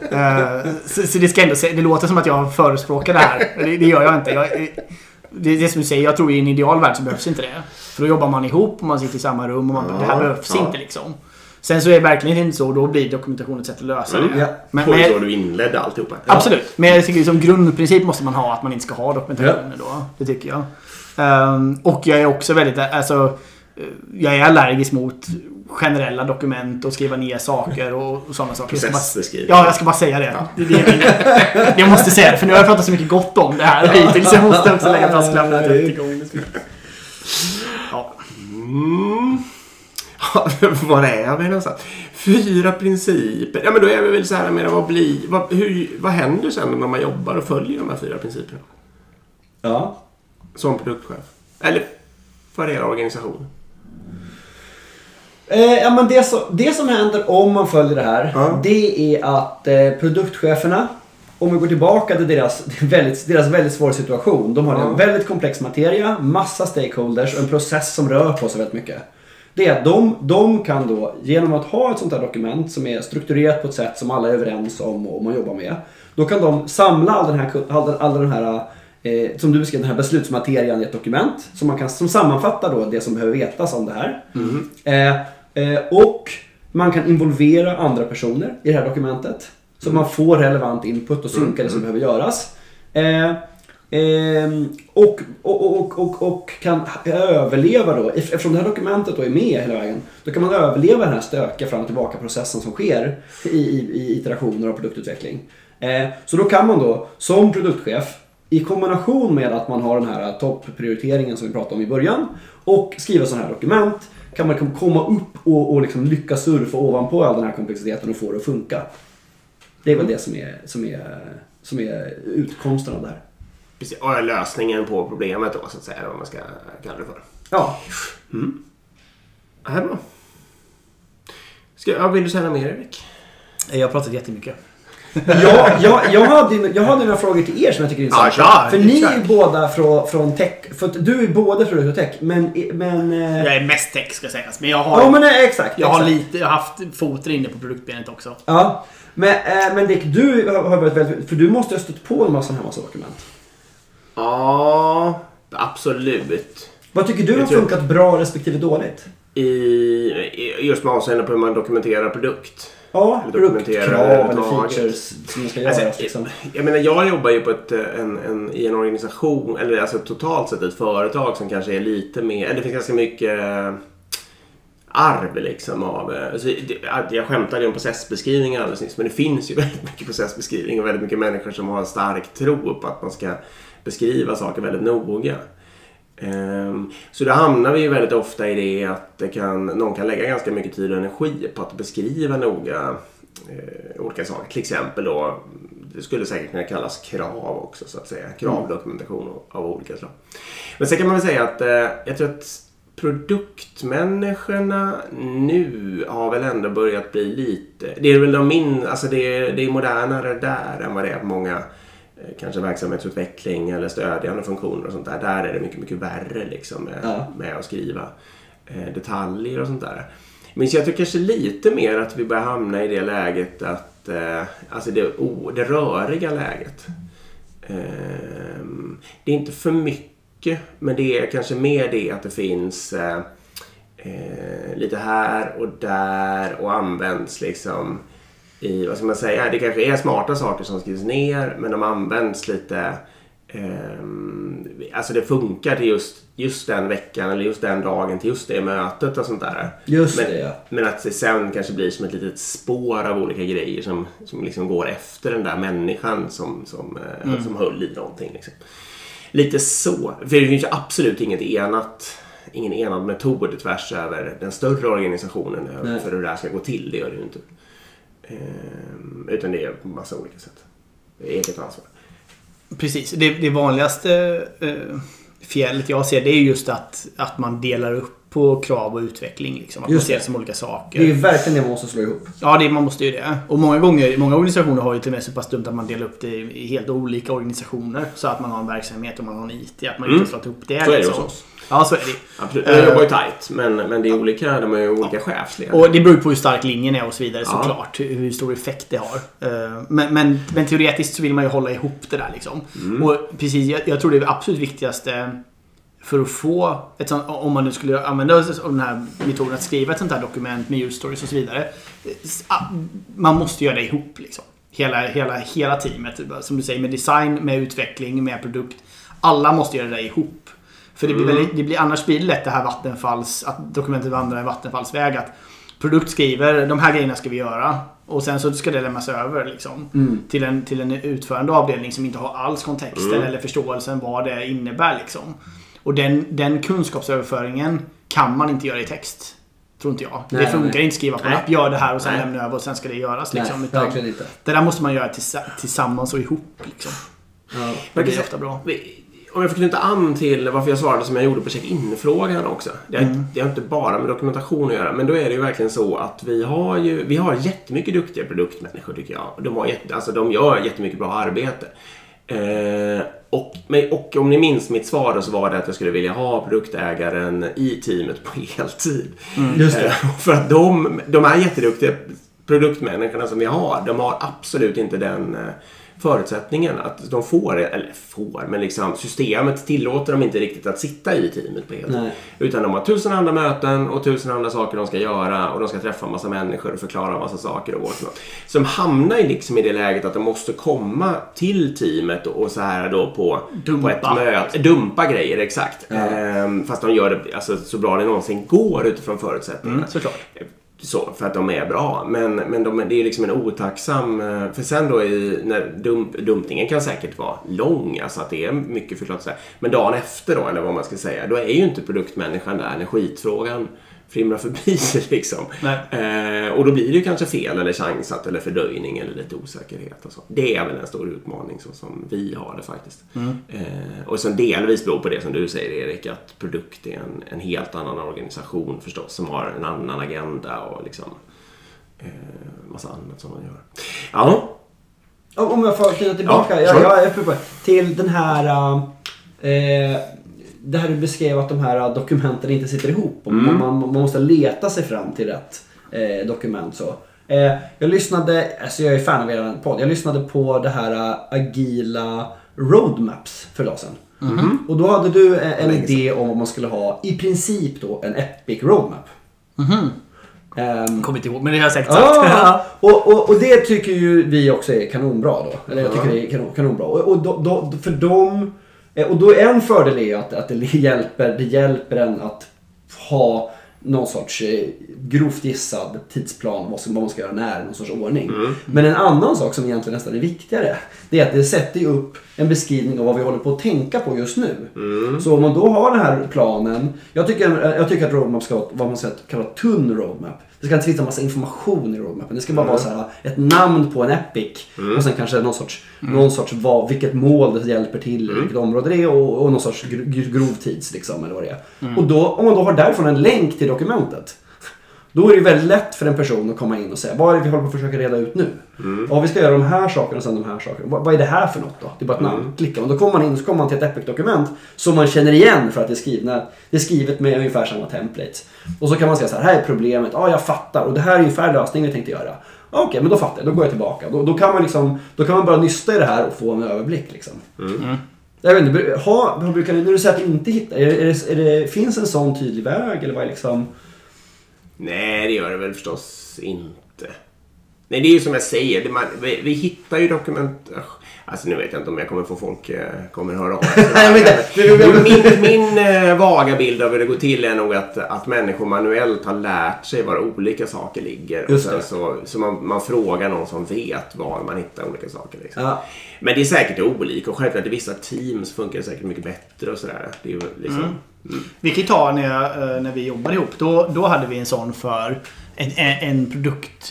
Så det ska ändå säga, det låter som att jag förespråkar det här. Det gör jag inte. Det är som du säger, jag tror i en ideal värld så behövs inte det. För då jobbar man ihop och man sitter i samma rum och det här behövs inte liksom. Sen så är det verkligen inte så, då blir dokumentationen ett sätt att lösa det. Ja. Men det så du inledde alltihopa. Ja. Absolut, men jag tycker som grundprincip måste man ha att man inte ska ha dokumentationen då. Det tycker jag. Och jag är också väldigt, alltså jag är allergisk mot generella dokument och skriva ner saker och sådana saker. Jag ska bara säga det. Ja. Jag måste säga det, för nu har jag pratat så mycket gott om det här hittills, så jag måste också lägga brasklappen till. Ja. Var är vi någonstans? 4 principer. Ja, men då är vi väl så här med vad händer sen när man jobbar och följer de här 4 principerna? Ja. Som produktchef. Eller för era organisation. Ja, men det som händer om man följer det här, det är att produktcheferna, om vi går tillbaka till deras väldigt svåra situation. De har en väldigt komplex materia, massa stakeholders och en process som rör på sig väldigt mycket. Det är att de kan då, genom att ha ett sånt här dokument som är strukturerat på ett sätt som alla är överens om och man jobbar med, då kan de samla all den här som du beskrev, den här beslutsmaterian i ett dokument som sammanfattar då det som behöver vetas om det här. Och man kan involvera andra personer i det här dokumentet så att man får relevant input och synka det som behöver göras. Och kan överleva då, eftersom det här dokumentet då är med hela vägen, då kan man överleva den här stöka fram och tillbaka processen som sker i iterationer och produktutveckling. Så då kan man då som produktchef, i kombination med att man har den här topprioriteringen som vi pratade om i början och skriva sådana här dokument, kan man komma upp och liksom lyckas surfa ovanpå all den här komplexiteten och få det att funka. Det är väl det som är utkomsten av det här. Precis, och lösningen på problemet då, så att säga, vad man ska kalla det för. Ja. Här då. Vill du säga mer, Erik? Jag har pratat jättemycket. Jag hade några frågor till er som jag tycker är intressant. För ni är båda från tech. För du är båda från tech, men jag är mest tech ska sägas, men jag har exakt. Jag har haft foter inne på produktbenet också. Ja. Men Dick, du har varit väldigt, för du måste ha stött på en massa dokument. Ja, absolut. Vad tycker du har funkat bra respektive dåligt? Just med avseende på hur man dokumenterar produkt. Ja, produktkrav eller features som man ska göra. Liksom. Jag menar, jag jobbar ju på i en organisation, eller alltså totalt sett ett företag som kanske är lite mer, eller det finns ganska mycket arv liksom av, alltså, jag skämtade om processbeskrivningar alldeles nyss, men det finns ju väldigt mycket processbeskrivning och väldigt mycket människor som har stark tro på att man ska beskriva saker väldigt noga. Så då hamnar vi ju väldigt ofta i det att någon kan lägga ganska mycket tid och energi på att beskriva noga olika saker. Till exempel då, det skulle säkert kunna kallas krav också så att säga. Kravdokumentation av olika slag. Men sen kan man väl säga att jag tror att produktmänniskorna nu har väl ändå börjat bli lite... Det är väl det är modernare där än vad det är på många kanske verksamhetsutveckling eller stödjande funktioner och sånt där. Där är det mycket, mycket värre liksom med att skriva detaljer och sånt där. Men jag tycker kanske lite mer att vi börjar hamna i det läget att alltså det röriga läget. Det är inte för mycket, men det är kanske mer det att det finns lite här och där och används liksom i, vad ska man säga, det kanske är smarta saker som skrivs ner, men de används lite alltså det funkar till just den veckan eller just den dagen till just det mötet och sånt där. Men att det sen kanske blir som ett litet spår av olika grejer som liksom går efter den där människan som höll i någonting liksom. Lite så. För det finns ju absolut ingen enad metod tvärs över den större organisationen för hur det här ska gå till. Det gör det ju inte. Utan det är på massa olika sätt. Det är eget ansvar. Precis. Det vanligaste fjället jag ser, det är just att man delar upp på krav och utveckling. Liksom. Att man ser det som olika saker. Det är verkligen det man måste slå ihop. Ja, man måste ju det. Och många organisationer har ju till och med så pass dumt att man delar upp det i helt olika organisationer. Så att man har en verksamhet och man har en IT. Att man inte slår ihop det. Så är det hos oss. Ja, så är det. Absolut. De jobbar ju tajt, men det är olika, de är ju olika chefsledare. Och det beror på hur stark linjen är och så vidare såklart. Hur stor effekt det har. Men teoretiskt så vill man ju hålla ihop det där liksom. Och precis, jag tror det är absolut viktigaste för att få ett sånt, om man nu skulle använda den här metoden att skriva ett sånt här dokument med use stories och så vidare. Man måste göra det ihop liksom. Hela teamet, som du säger, med design, med utveckling, med produkt. Alla måste göra det ihop. För annars blir det lätt det här att dokumentet vandrar en vattenfallsväg, att produkt skriver, de här grejerna ska vi göra, och sen så ska det lämnas över liksom, till en utförande avdelning som inte har alls kontexten eller förståelsen vad det innebär liksom. Och den kunskapsöverföringen kan man inte göra i text, tror inte jag. Det funkar inte skriva på lapp, gör det här och sen lämna över och sen ska det göras liksom. Nej, verkligen inte. Det där måste man göra tillsammans och ihop liksom. Ja. Det blir ofta bra. Om jag får knyta an till varför jag svarade som jag gjorde på check-in-frågan också. Det har inte bara med dokumentation att göra. Men då är det ju verkligen så att vi har jättemycket duktiga produktmänniskor tycker jag. De gör jättemycket bra arbete. Och om ni minns mitt svar så var det att jag skulle vilja ha produktägaren i teamet på heltid. Just det. För att de är jätteduktiga produktmänniskorna som vi har. De har absolut inte den förutsättningen att de men liksom systemet tillåter dem inte riktigt att sitta i teamet på heltid. Utan de har 1000 andra möten och 1000 andra saker de ska göra, och de ska träffa en massa människor och förklara en massa saker och sånt. Så de hamnar liksom i det läget att de måste komma till teamet och så här då på ett möte, dumpa grejer, exakt. Fast de gör det alltså, så bra det någonsin går utifrån förutsättningarna. Såklart. Så, för att de är bra. Men det är liksom en otacksam... För sen då när dumpningen kan säkert vara lång. Alltså att det är mycket förklart så här. Men dagen efter då, eller vad man ska säga, då är ju inte produktmänniskan där när skitfrågan flimrar förbi liksom. Och då blir det ju kanske fel eller chansat eller fördröjning eller lite osäkerhet och så. Det är väl en stor utmaning så som vi har det faktiskt. Och sen delvis beror på det som du säger, Erik, att produkt är en helt annan organisation förstås, som har en annan agenda och liksom massa annat som man gör. Ja. Om jag får knyta tillbaka jag är på till den här det här du beskrev, att de här dokumenten inte sitter ihop. Man måste leta sig fram till rätt dokument. Så. Jag lyssnade, alltså jag är fan av er podd. Jag lyssnade på det här agila roadmaps för ett sedan. Och då hade du en idé om vad man skulle ha, i princip då en epic roadmap. Kommer inte ihåg, men det har jag säkert sagt. Och det tycker ju vi också är kanonbra då. Eller jag tycker det är kanonbra. Och för dem... Och då är en fördel är att det hjälper en att ha någon sorts grovt gissad tidsplan vad man ska göra när, någon sorts ordning. Men en annan sak som egentligen nästan är viktigare, det är att det sätter upp en beskrivning av vad vi håller på att tänka på just nu. Så om man då har den här planen, jag tycker att roadmap ska vara vad man ska kalla tunn roadmap. Det ska inte finnas en massa information i roadmappen. Det ska bara vara så här, ett namn på en epic och sen kanske någon sorts vilket mål det hjälper till, vilket område det är och någon sorts grovtids liksom, eller vad det är. Och då, om man då har därifrån en länk till dokumentet, då är det väldigt lätt för en person att komma in och säga vad är det vi håller på att försöka reda ut nu? Ja, vi ska göra de här sakerna och sen de här sakerna. Vad är det här för något då? Det är bara ett namn. Klickar man. Då kommer man in och så kommer man till ett Epic-dokument som man känner igen för att det är skrivet med ungefär samma template. Och så kan man säga så här är problemet. Ja, jag fattar. Och det här är ungefär lösningen vi tänkte göra. Okej, men då fattar jag. Då går jag tillbaka. Då kan man bara nysta i det här och få en överblick liksom. Jag vet inte, när du säger att du inte hittar, finns en sån tydlig väg eller vad är liksom... Nej, det gör det väl förstås inte. Nej, det är ju som jag säger. Vi hittar ju dokument... Alltså nu vet jag inte om jag kommer få folk kommer höra av sig. Min vaga bild av hur det går till är nog att människor manuellt har lärt sig var olika saker ligger. Och sen så man frågar någon som vet var man hittar olika saker. Liksom. Ja. Men det är säkert olika och självklart i vissa teams funkar det säkert mycket bättre och sådär. Det är ju liksom... Vi kan ta när vi jobbade ihop. Då hade vi en sån för en produkt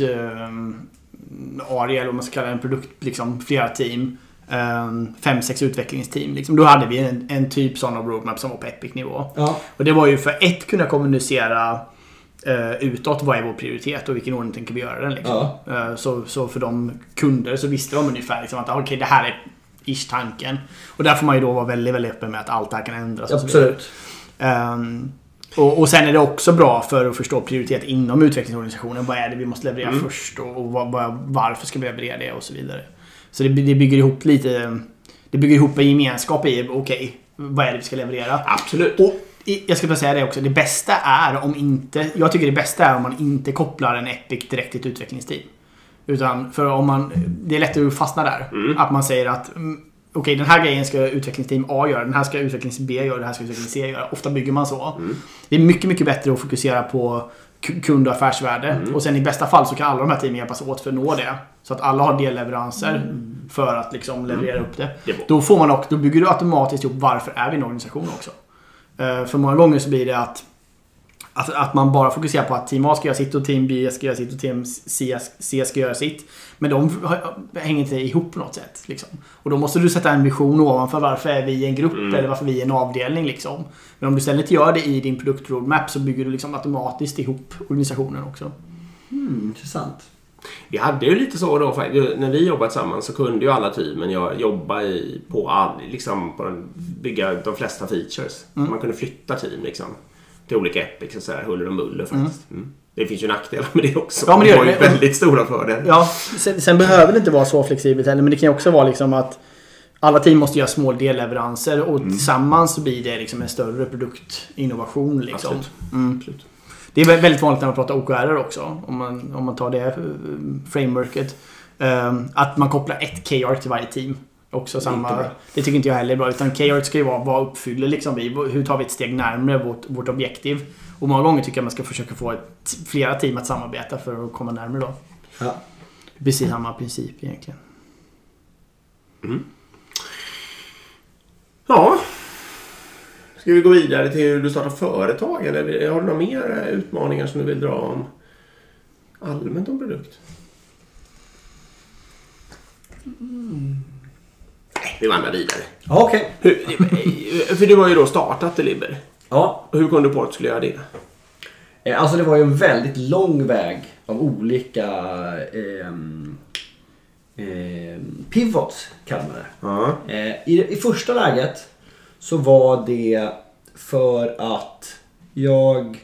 area, eller om man ska kalla en produkt, liksom flera team, 5-6 utvecklingsteam liksom. Då hade vi en typ sån av roadmap som var på Epic-nivå. Ja. Och det var ju för kunna kommunicera utåt vad är vår prioritet och vilken ordning tänker vi göra den liksom. Ja. Så för de kunder så visste de ungefär liksom, att okej, det här är tanken. Och där får man ju då vara väldigt, väldigt öppen med att allt det här kan ändras. Absolut. Och sen är det också bra för att förstå prioritet inom utvecklingsorganisationen. Vad är det vi måste leverera först och varför ska vi leverera det och så vidare. Så det bygger ihop lite. Det bygger ihop en gemenskap i vad är det vi ska leverera. Absolut. Och jag ska bara säga det också. Det bästa är jag tycker det bästa är om man inte kopplar en Epic direkt till ett utvecklingsteam. Utan för det är lättare att fastna där. Att man säger att den här grejen ska utvecklingsteam A göra, den här ska utvecklings B göra, den här ska utvecklings C göra. Ofta bygger man så. Det är mycket, mycket bättre att fokusera på kund- och affärsvärde. Och sen i bästa fall så kan alla de här teamen hjälpas åt för att nå det. Så att alla har delleveranser för att liksom leverera upp det. Då bygger du automatiskt ihop varför är vi en organisation också. För många gånger så blir det att man bara fokuserar på att team A ska göra sitt och team B ska göra sitt och team C ska göra sitt. Men de hänger inte ihop på något sätt. Liksom. Och då måste du sätta en vision ovanför varför är vi en grupp eller varför vi är en avdelning. Liksom. Men om du istället gör det i din produktroadmap så bygger du liksom automatiskt ihop organisationen också. Intressant. Vi hade ju lite så då, när vi jobbade tillsammans så kunde ju alla teamen jobba på bygga de flesta features. Man kunde flytta team liksom. Till olika epics och sådär, huller och muller faktiskt. Det finns ju nackdelar med det också. Ja, men det har ju väldigt stora fördelar. Ja, sen behöver det inte vara så flexibelt heller, men det kan ju också vara liksom att alla team måste göra små delleveranser och tillsammans så blir det liksom en större produktinnovation liksom. Absolut. Det är väldigt vanligt när man pratar OKR också, om man tar det frameworket, att man kopplar ett KR till varje team. Också samma, det tycker inte jag heller är bra, utan KR ska ju vara vad uppfyller liksom hur tar vi ett steg närmare vårt objektiv. Och många gånger tycker jag man ska försöka få flera team att samarbeta för att komma närmare då. Ja. Precis samma princip egentligen. Ja. Ska vi gå vidare till hur du startar företag, eller har du några mer utmaningar som du vill dra om allmänt om produkt? Vi vandrar vidare. Okej. För du har ju då startat Deliber. Ja. Hur kom du på att du skulle göra det? Alltså det var ju en väldigt lång väg av olika pivots kallar man det. I första läget så var det för att jag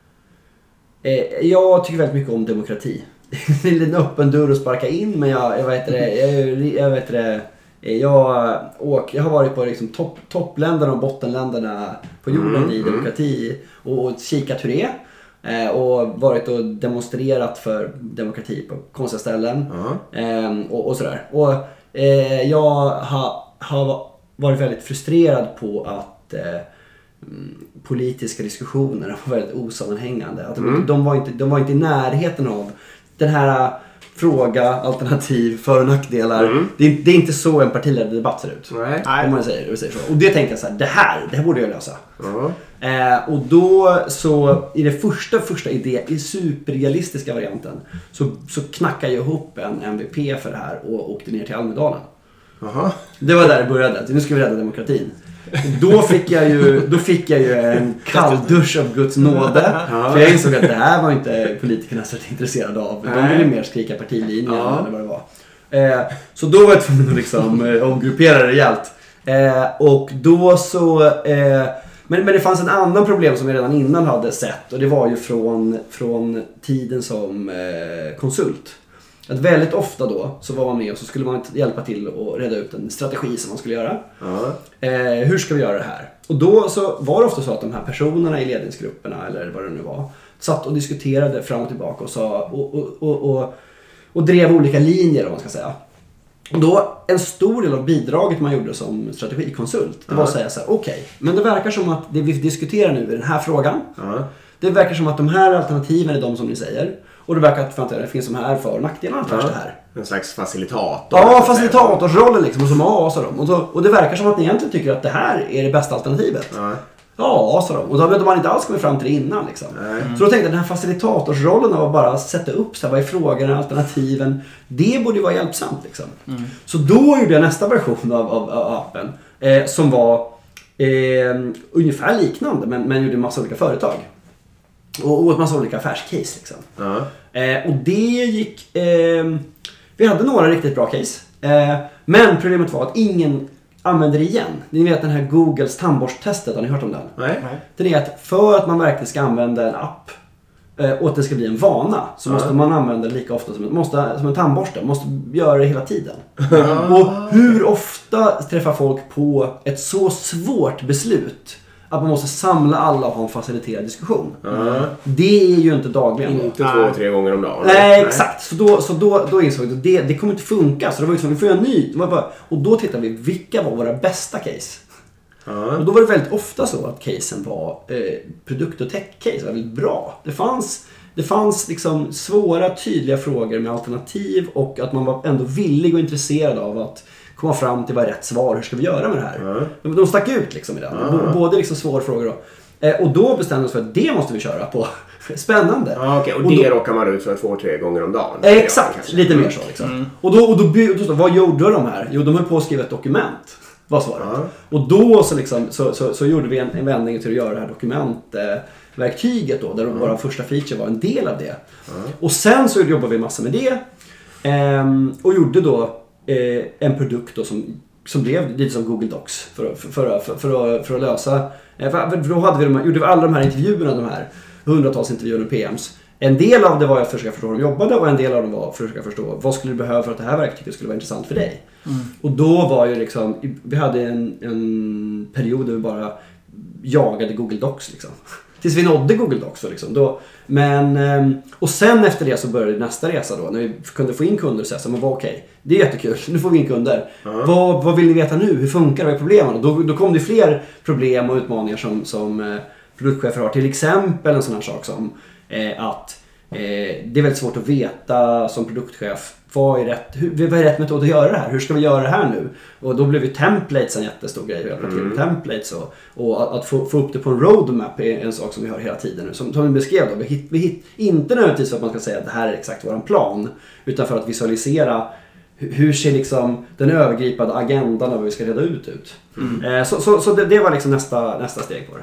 tycker väldigt mycket om demokrati. Det är en öppen dörr att sparka in, men jag har varit på liksom toppländerna och bottenländerna på jorden i demokrati och kikat hur det är. Och varit och demonstrerat för demokrati på konstiga ställen och sådär. Och jag har varit väldigt frustrerad på att politiska diskussioner var väldigt osammanhängande. Att de var inte i närheten av den här fråga, alternativ, för- och nackdelar. Det är inte så en partiledardebatt ser ut. Nej. Om man säger så. Och det tänker jag så här, det här borde jag lösa. Och då så i det första idé, i superrealistiska varianten så knackade jag ihop en MVP för det här och åkte ner till Almedalen. Det var där det började. Nu ska vi rädda demokratin. Då fick jag ju en kalldusch av Guds nåde. För jag insåg att det här var inte politikerna så intresserade av. De ville mer skrika partilinjen eller vad det var. Så då var jag tvungen att liksom omgruppera det rejält. Och då så... Men det fanns en annan problem som jag redan innan hade sett. Och det var ju från tiden som konsult. Att väldigt ofta då så var man med och så skulle man hjälpa till att reda ut en strategi som man skulle göra. Hur ska vi göra det här? Och då så var det ofta så att de här personerna i ledningsgrupperna eller vad det nu var satt och diskuterade fram och tillbaka och sa och drev olika linjer om man ska säga. Och då en stor del av bidraget man gjorde som strategikonsult det var att säga så här: okej, men det verkar som att det vi diskuterar nu är den här frågan. Det verkar som att de här alternativen är de som ni säger. Och det verkar att det finns de här för- och nackdelarna för det här. En slags facilitator. Ja, facilitatorsrollen liksom. Och som sa de. Och det verkar som att ni egentligen tycker att det här är det bästa alternativet. Ja, sa de. Och då hade man inte alls kommit fram till det innan liksom. Så då tänkte jag den här facilitatorsrollen av att bara sätta upp så här, vad är frågan, alternativen. Det borde ju vara hjälpsamt liksom. Så då gjorde jag nästa version av appen. Som var ungefär liknande men gjorde en massa olika företag. Och en massa olika affärscase liksom. Och det gick... vi hade några riktigt bra case. Men problemet var att ingen använde det igen. Ni vet den här Googles tandborsttestet, har ni hört om den? Nej. Det är att för att man verkligen ska använda en app och att det ska bli en vana så måste man använda det lika ofta som en tandborste. Man måste göra det hela tiden. Och hur ofta träffar folk på ett så svårt beslut att man måste samla alla och ha en faciliterad diskussion. Det är ju inte dagligen. Inte 2-3 gånger om dagen. Nej, exakt. Så då insåg jag att det kommer inte funka. Så det var ju så att vi får göra en ny. Och då tittade vi, vilka var våra bästa case? Och då var det väldigt ofta så att casen var produkt- och tech-case. Väldigt bra. Det fanns liksom svåra, tydliga frågor med alternativ och att man var ändå villig och intresserad av att komma fram till vad rätt svar, hur ska vi göra med det här? De stack ut liksom i den. Både liksom svåra frågor då. Och då bestämde vi oss för att det måste vi köra på. Spännande. Okay. Och det råkar man ut för 2-3 gånger om dagen. Exakt, lite mer så liksom. Och då vad gjorde de här? Jo, de höll på att skriva ett dokument. Vad svarade? Och då så, liksom, så gjorde vi en vändning till att göra det här dokumentverktyget då, där våra första feature var en del av det. Och sen så jobbade vi massa med det och gjorde då en produkt då som blev lite som Google Docs för att lösa. För då gjorde vi alla de här intervjuerna, de här hundratals intervjuer och PMs. En del av det var att försöka förstå hur de jobbade och en del av det var att försöka förstå vad skulle du behöva för att det här verktyget skulle vara intressant för dig. Och då var ju liksom, vi hade en period där vi bara jagade Google Docs liksom. Tills vi nådde Google Docs liksom. Då, och sen efter det så började nästa resa då, när vi kunde få in kunder och säga så, men vad okej, det är jättekul, nu får vi in kunder. Vad vill ni veta nu? Hur funkar det med problemen? Och då kom det fler problem och utmaningar som produktchefer har. Till exempel en sån här sak som att det är väldigt svårt att veta som produktchef vad är rätt metod att göra det här? Hur ska vi göra det här nu? Och då blev ju templates en jättestor grej. Templates och att få upp det på en roadmap är en sak som vi har hela tiden nu. Som vi beskrev då. Vi inte nödvändigtvis för att man ska säga att det här är exakt våran plan. Utan för att visualisera hur ser liksom den övergripande agendan av vad vi ska reda ut. Så det var liksom nästa steg på det.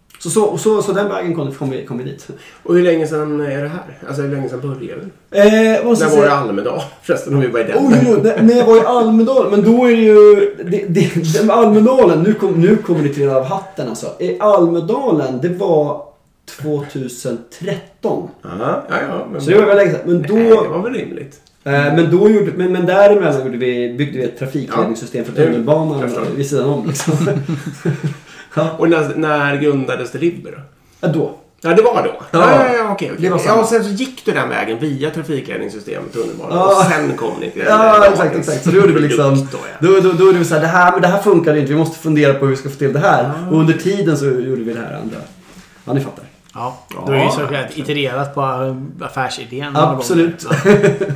Så den vägen kom vi dit. Och hur länge sedan är det här? Alltså hur länge sedan började det? När var det Almedal? Förresten om vi var i den. När jag var i Almedal. Men då är det ju... Almedalen, nu kommer det till av hatten alltså. I Almedalen, det var 2013. Ja. Så det var väl länge sedan. Men då... Nej, det var väl rimligt. Men däremellan byggde vi ett trafikledningssystem för tunnelbanan vid sidan om liksom. Och när grundades det Libber då? Då. Ja, det var då. Ja. Okej. Det var samma. Ja, och sen så gick du den vägen via trafikledningssystemet, tunnelbanan. Ja. Och sen kom ni till exakt. Så då gjorde vi liksom... Då är det så här, det här funkar inte. Vi måste fundera på hur vi ska få till det här. Och under tiden så gjorde vi det här andra. Ja, ni fattar. Ja, då är det ju såklart itererat på affärsidén. Absolut. Ja,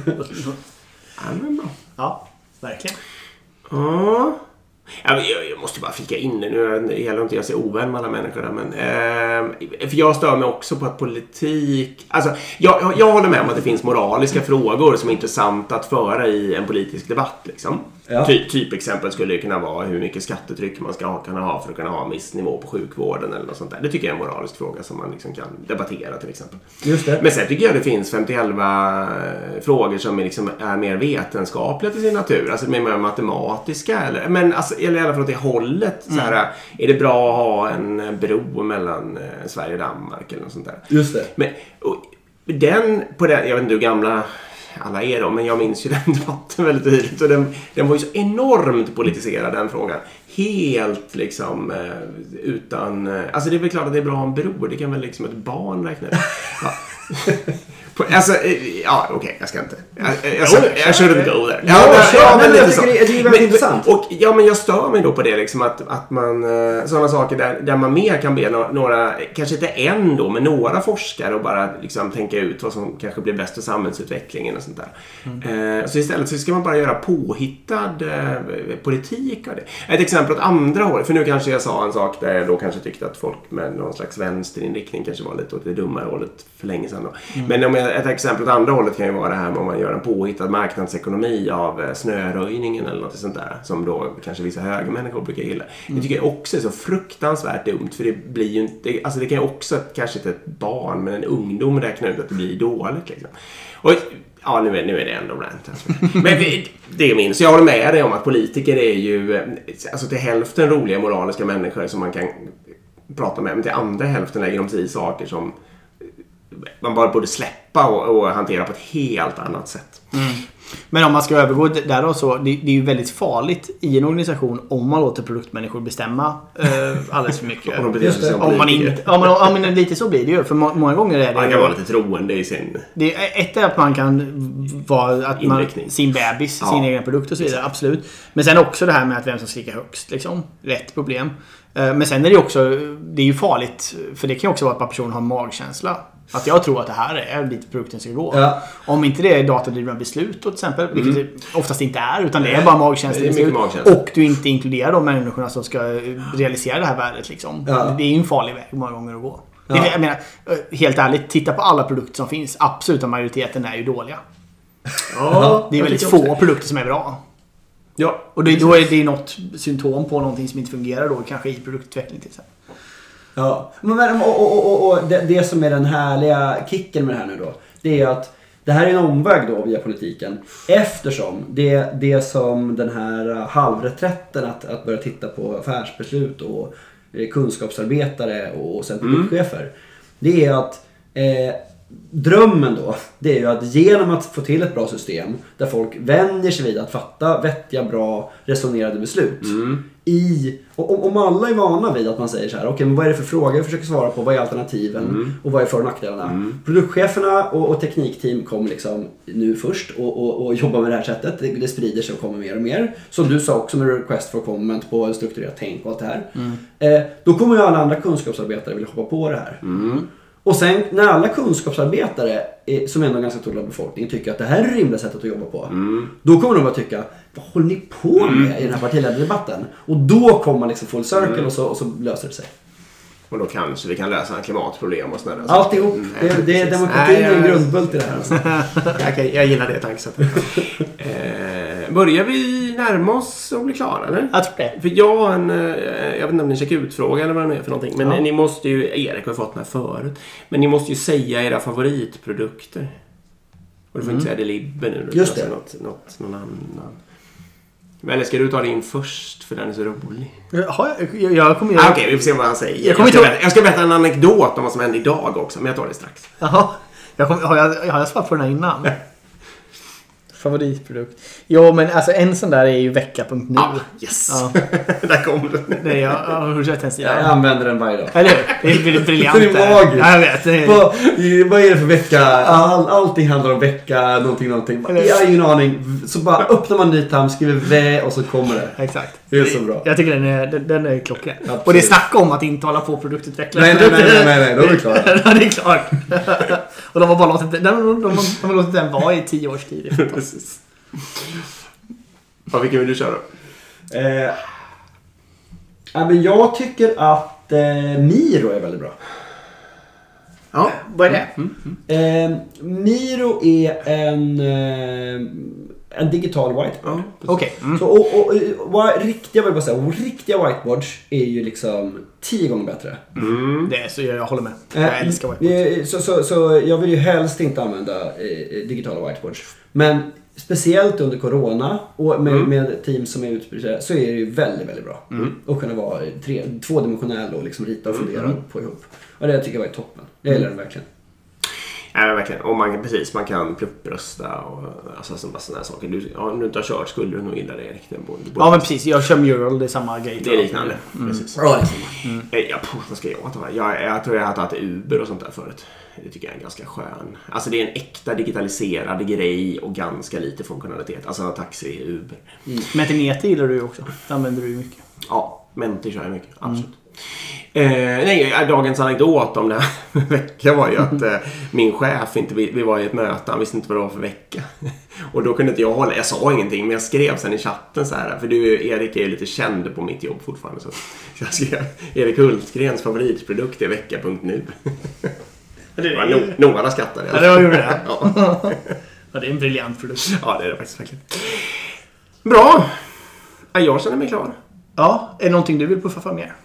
men bra. Ja, verkligen. Ja. Jag måste bara flika in det. Nu gäller inte jag ser ovän med alla människor där, men för jag stör mig också på att politik... Alltså, jag håller med om att det finns moraliska frågor som är intressanta att föra i en politisk debatt. Liksom. Ja. Typ exempel skulle det kunna vara hur mycket skattetryck man ska kunna ha för att kunna ha en viss nivå på sjukvården eller något sånt där. Det tycker jag är en moralisk fråga som man liksom kan debattera till exempel. Just det. Men sen tycker jag det finns 50-11 frågor som är mer vetenskapliga till sin natur. Alltså mer matematiska eller i alla fall åt det hållet. Så här, är det bra att ha en bro mellan Sverige och Danmark eller något sånt där. Just det. Men jag vet inte hur gamla alla är då, men jag minns ju den debatten väldigt tydligt. Och den var ju så enormt politiserad, den frågan. Helt liksom utan... Alltså det är väl klart att det är bra att ha en bro. Det kan väl liksom ett barn räkna ut. Ja. Alltså, ja, okej, jag ska inte. Jag shouldn't go there. Men jag tycker det är väldigt intressant. Men jag stör mig då på det liksom att man, sådana saker där man mer kan be några, kanske inte en då, men några forskare och bara liksom tänka ut vad som kanske blir bäst för samhällsutvecklingen och sånt där. Så istället så ska man bara göra påhittad politik av det. Ett exempel åt andra håll, för nu kanske jag sa en sak där jag då kanske tyckte att folk med någon slags vänsterinriktning kanske var lite åt det dummare hållet för länge sedan då. Men om ett exempel åt andra hållet kan ju vara det här med om man gör en påhittad marknadsekonomi av snöröjningen eller något sånt där som då kanske vissa högermänniskor brukar gilla. Det tycker jag också är så fruktansvärt dumt, för det blir ju inte, alltså det kan ju också kanske inte ett barn men en ungdom räkna ut att det blir dåligt liksom. Och ja, nu är det ändå rent. Men det är min. Så jag håller med dig om att politiker är ju alltså till hälften roliga moraliska människor som man kan prata med, men till andra hälften lägger de sig i saker som man bara borde släppa och hantera på ett helt annat sätt. Men om man ska övergå där då, så det är ju väldigt farligt i en organisation om man låter produktmänniskor bestämma alldeles för mycket. Om man inte, men lite så blir det ju, för många gånger är det man kan vara lite troende i sin... Det är ett är att man kan vara att man, sin bebis, sin egen produkt och så vidare, absolut. Men sen också det här med att vem som skriker högst liksom, rätt problem. Men sen är det också, det är ju farligt, för det kan ju också vara att personen har magkänsla. Att jag tror att det här är dit produkten ska gå. Ja. Om inte det är datadrivna beslut till exempel, vilket det oftast inte är, utan det är bara magkänsla. Och du inte inkluderar de människorna som ska realisera det här värdet. Liksom. Ja. Det är ju en farlig väg många gånger att gå. Ja. Jag menar, helt ärligt, titta på alla produkter som finns. Absoluta majoriteten är ju dåliga. Ja, det är väldigt få produkter som är bra. Ja. Och då är det något symptom på någonting som inte fungerar då, kanske i produktutveckling till exempel. Ja, och det som är den härliga kicken med det här nu då, det är att det här är en omväg då via politiken, eftersom det som den här halvreträtten att börja titta på affärsbeslut och kunskapsarbetare och sen produktchefer, det är att drömmen då, det är ju att genom att få till ett bra system där folk vänjer sig vid att fatta vettiga, bra, resonerade beslut om alla är vana vid att man säger så här, okej, men vad är det för frågor jag försöker svara på, vad är alternativen och vad är för- och nackdelarna. Produktcheferna och teknikteam kommer liksom nu först och jobbar med det här sättet, det sprider sig och kommer mer och mer, som du sa också med request for comment på strukturerat tänk och allt det här. Då kommer ju alla andra kunskapsarbetare vilja hoppa på det här. Och sen när alla kunskapsarbetare, som ändå är en ganska stor del av befolkningen, tycker att det här är det rimliga sättet att jobba på, då kommer de att tycka, vad håller ni på med i den här partiledardebatten? Och då kommer man liksom full circle och så löser det sig. Och då kanske vi kan lösa en klimatproblem och sådär. Alltihop. Det är demokratin är en grundbult i det här. Alltså. Jag gillar det tankesättet. Börjar vi närma oss och bli klara, eller? Jag tror det. För jag vet inte om ni checkar ut frågan eller vad det är för någonting. Men ni måste ju, Erik har fått den här förut. Men ni måste ju säga era favoritprodukter. Och du får inte säga det Libber nu. Just det. Någon annan. Eller ska du ta det in först, för den är så rolig? Jag kommer göra... Okej, vi får se vad han säger. Jag ska berätta en anekdot om vad som hände idag också, men jag tar det strax. Jaha. Har jag svarat på den här innan? Favoritprodukt. Jo, men alltså en sån där är ju vecka.nu. Yes! Ja. Där kom den. Nej, jag har sett en sida. Jag använder den varje dag. Eller hur? Det är briljant. Det är magiskt. Ja, jag vet. Det är... Vad är det för vecka? Allting handlar om vecka, någonting. Jag har ingen aning. Så bara öppnar man dit här, skriver V och så kommer det. Exakt. Det är så bra. Jag tycker den är klockren. Absolut. Och det är snack om att inte hålla på produktutvecklare. Nej, då är vi klara. Ja, det är klart. Och de har bara låtit de har låtit den vara i 10 års tid. Precis. Ja, vilken vill du köra? Men jag tycker att Miro är väldigt bra. Ja, vad är det? Miro är en digital whiteboard. Okej. Så, riktiga whiteboards är ju liksom 10 gånger bättre. Det är så jag håller med. Jag älskar whiteboards. Så jag vill ju helst inte använda digitala whiteboards. Men speciellt under corona och med team som är utspridda så är det ju väldigt, väldigt bra. Och kunna vara tvådimensionell och liksom rita och fundera på ihop. Och det tycker jag var toppen. Jag gillar den verkligen. Ja, verkligen. Och man kan plupprösta och alltså sådana här saker. Om du inte har kört skulle du nog gilla det riktigt. Ja, men precis. Jag kör Mural, det är samma grej. Det är liknande. Precis. Ja, vad ska jag ta? Jag tror jag har tagit Uber och sånt där förut. Det tycker jag är ganska skön. Alltså det är en äkta digitaliserad grej och ganska lite funktionalitet. Alltså taxi, Uber. Mentimeter gillar du ju också. Det använder du ju mycket. Ja, Menti kör jag mycket. Absolut. Dagens anekdot om det här veckan var ju att min chef vi var i ett möte, han visste inte vad det var för vecka. Och då kunde inte jag sa ingenting, men jag skrev sen i chatten så här, för Erik är ju lite känd på mitt jobb fortfarande, så jag skrev Erik Hultgrens favoritprodukt är vecka.nu. Några skrattade. Ja, det var ju det. Ja. Ja, det är en briljant produkt. Ja, det är det faktiskt verkligen. Bra! Jag känner mig klar. Ja, är det någonting du vill puffa för mer?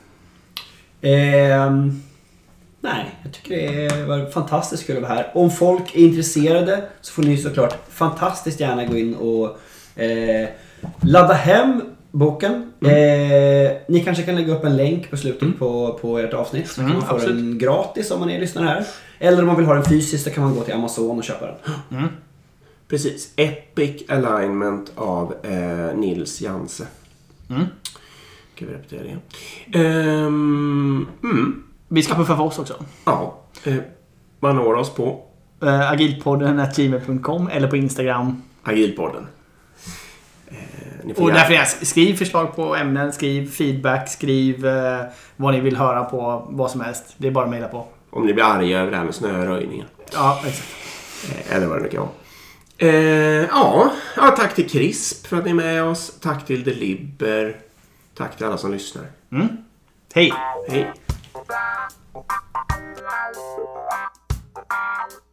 Nej, jag tycker det var fantastiskt kul att vara här. Om folk är intresserade så får ni såklart fantastiskt gärna gå in och ladda hem boken. Ni kanske kan lägga upp en länk på slutet på ert avsnitt så kan man få den gratis om man är lyssnare här. Eller om man vill ha den fysiskt så kan man gå till Amazon och köpa den. Precis. Epic Alignment av Nils Janse. Ska vi repetera det? Vi ska puffa för oss också. Ja. Man når oss på agilpodden@gmail.com eller på Instagram. Agilpodden. Och därför skriv förslag på ämnen, skriv feedback, skriv vad ni vill höra på, vad som helst. Det är bara att mejla på. Om ni blir arga över det här med snöröjningen. Ja, exakt. Eller vad det nu kan vara. Tack till CRISP för att ni är med oss. Tack till Delibber. Tack till alla som lyssnar. Hej! Hej!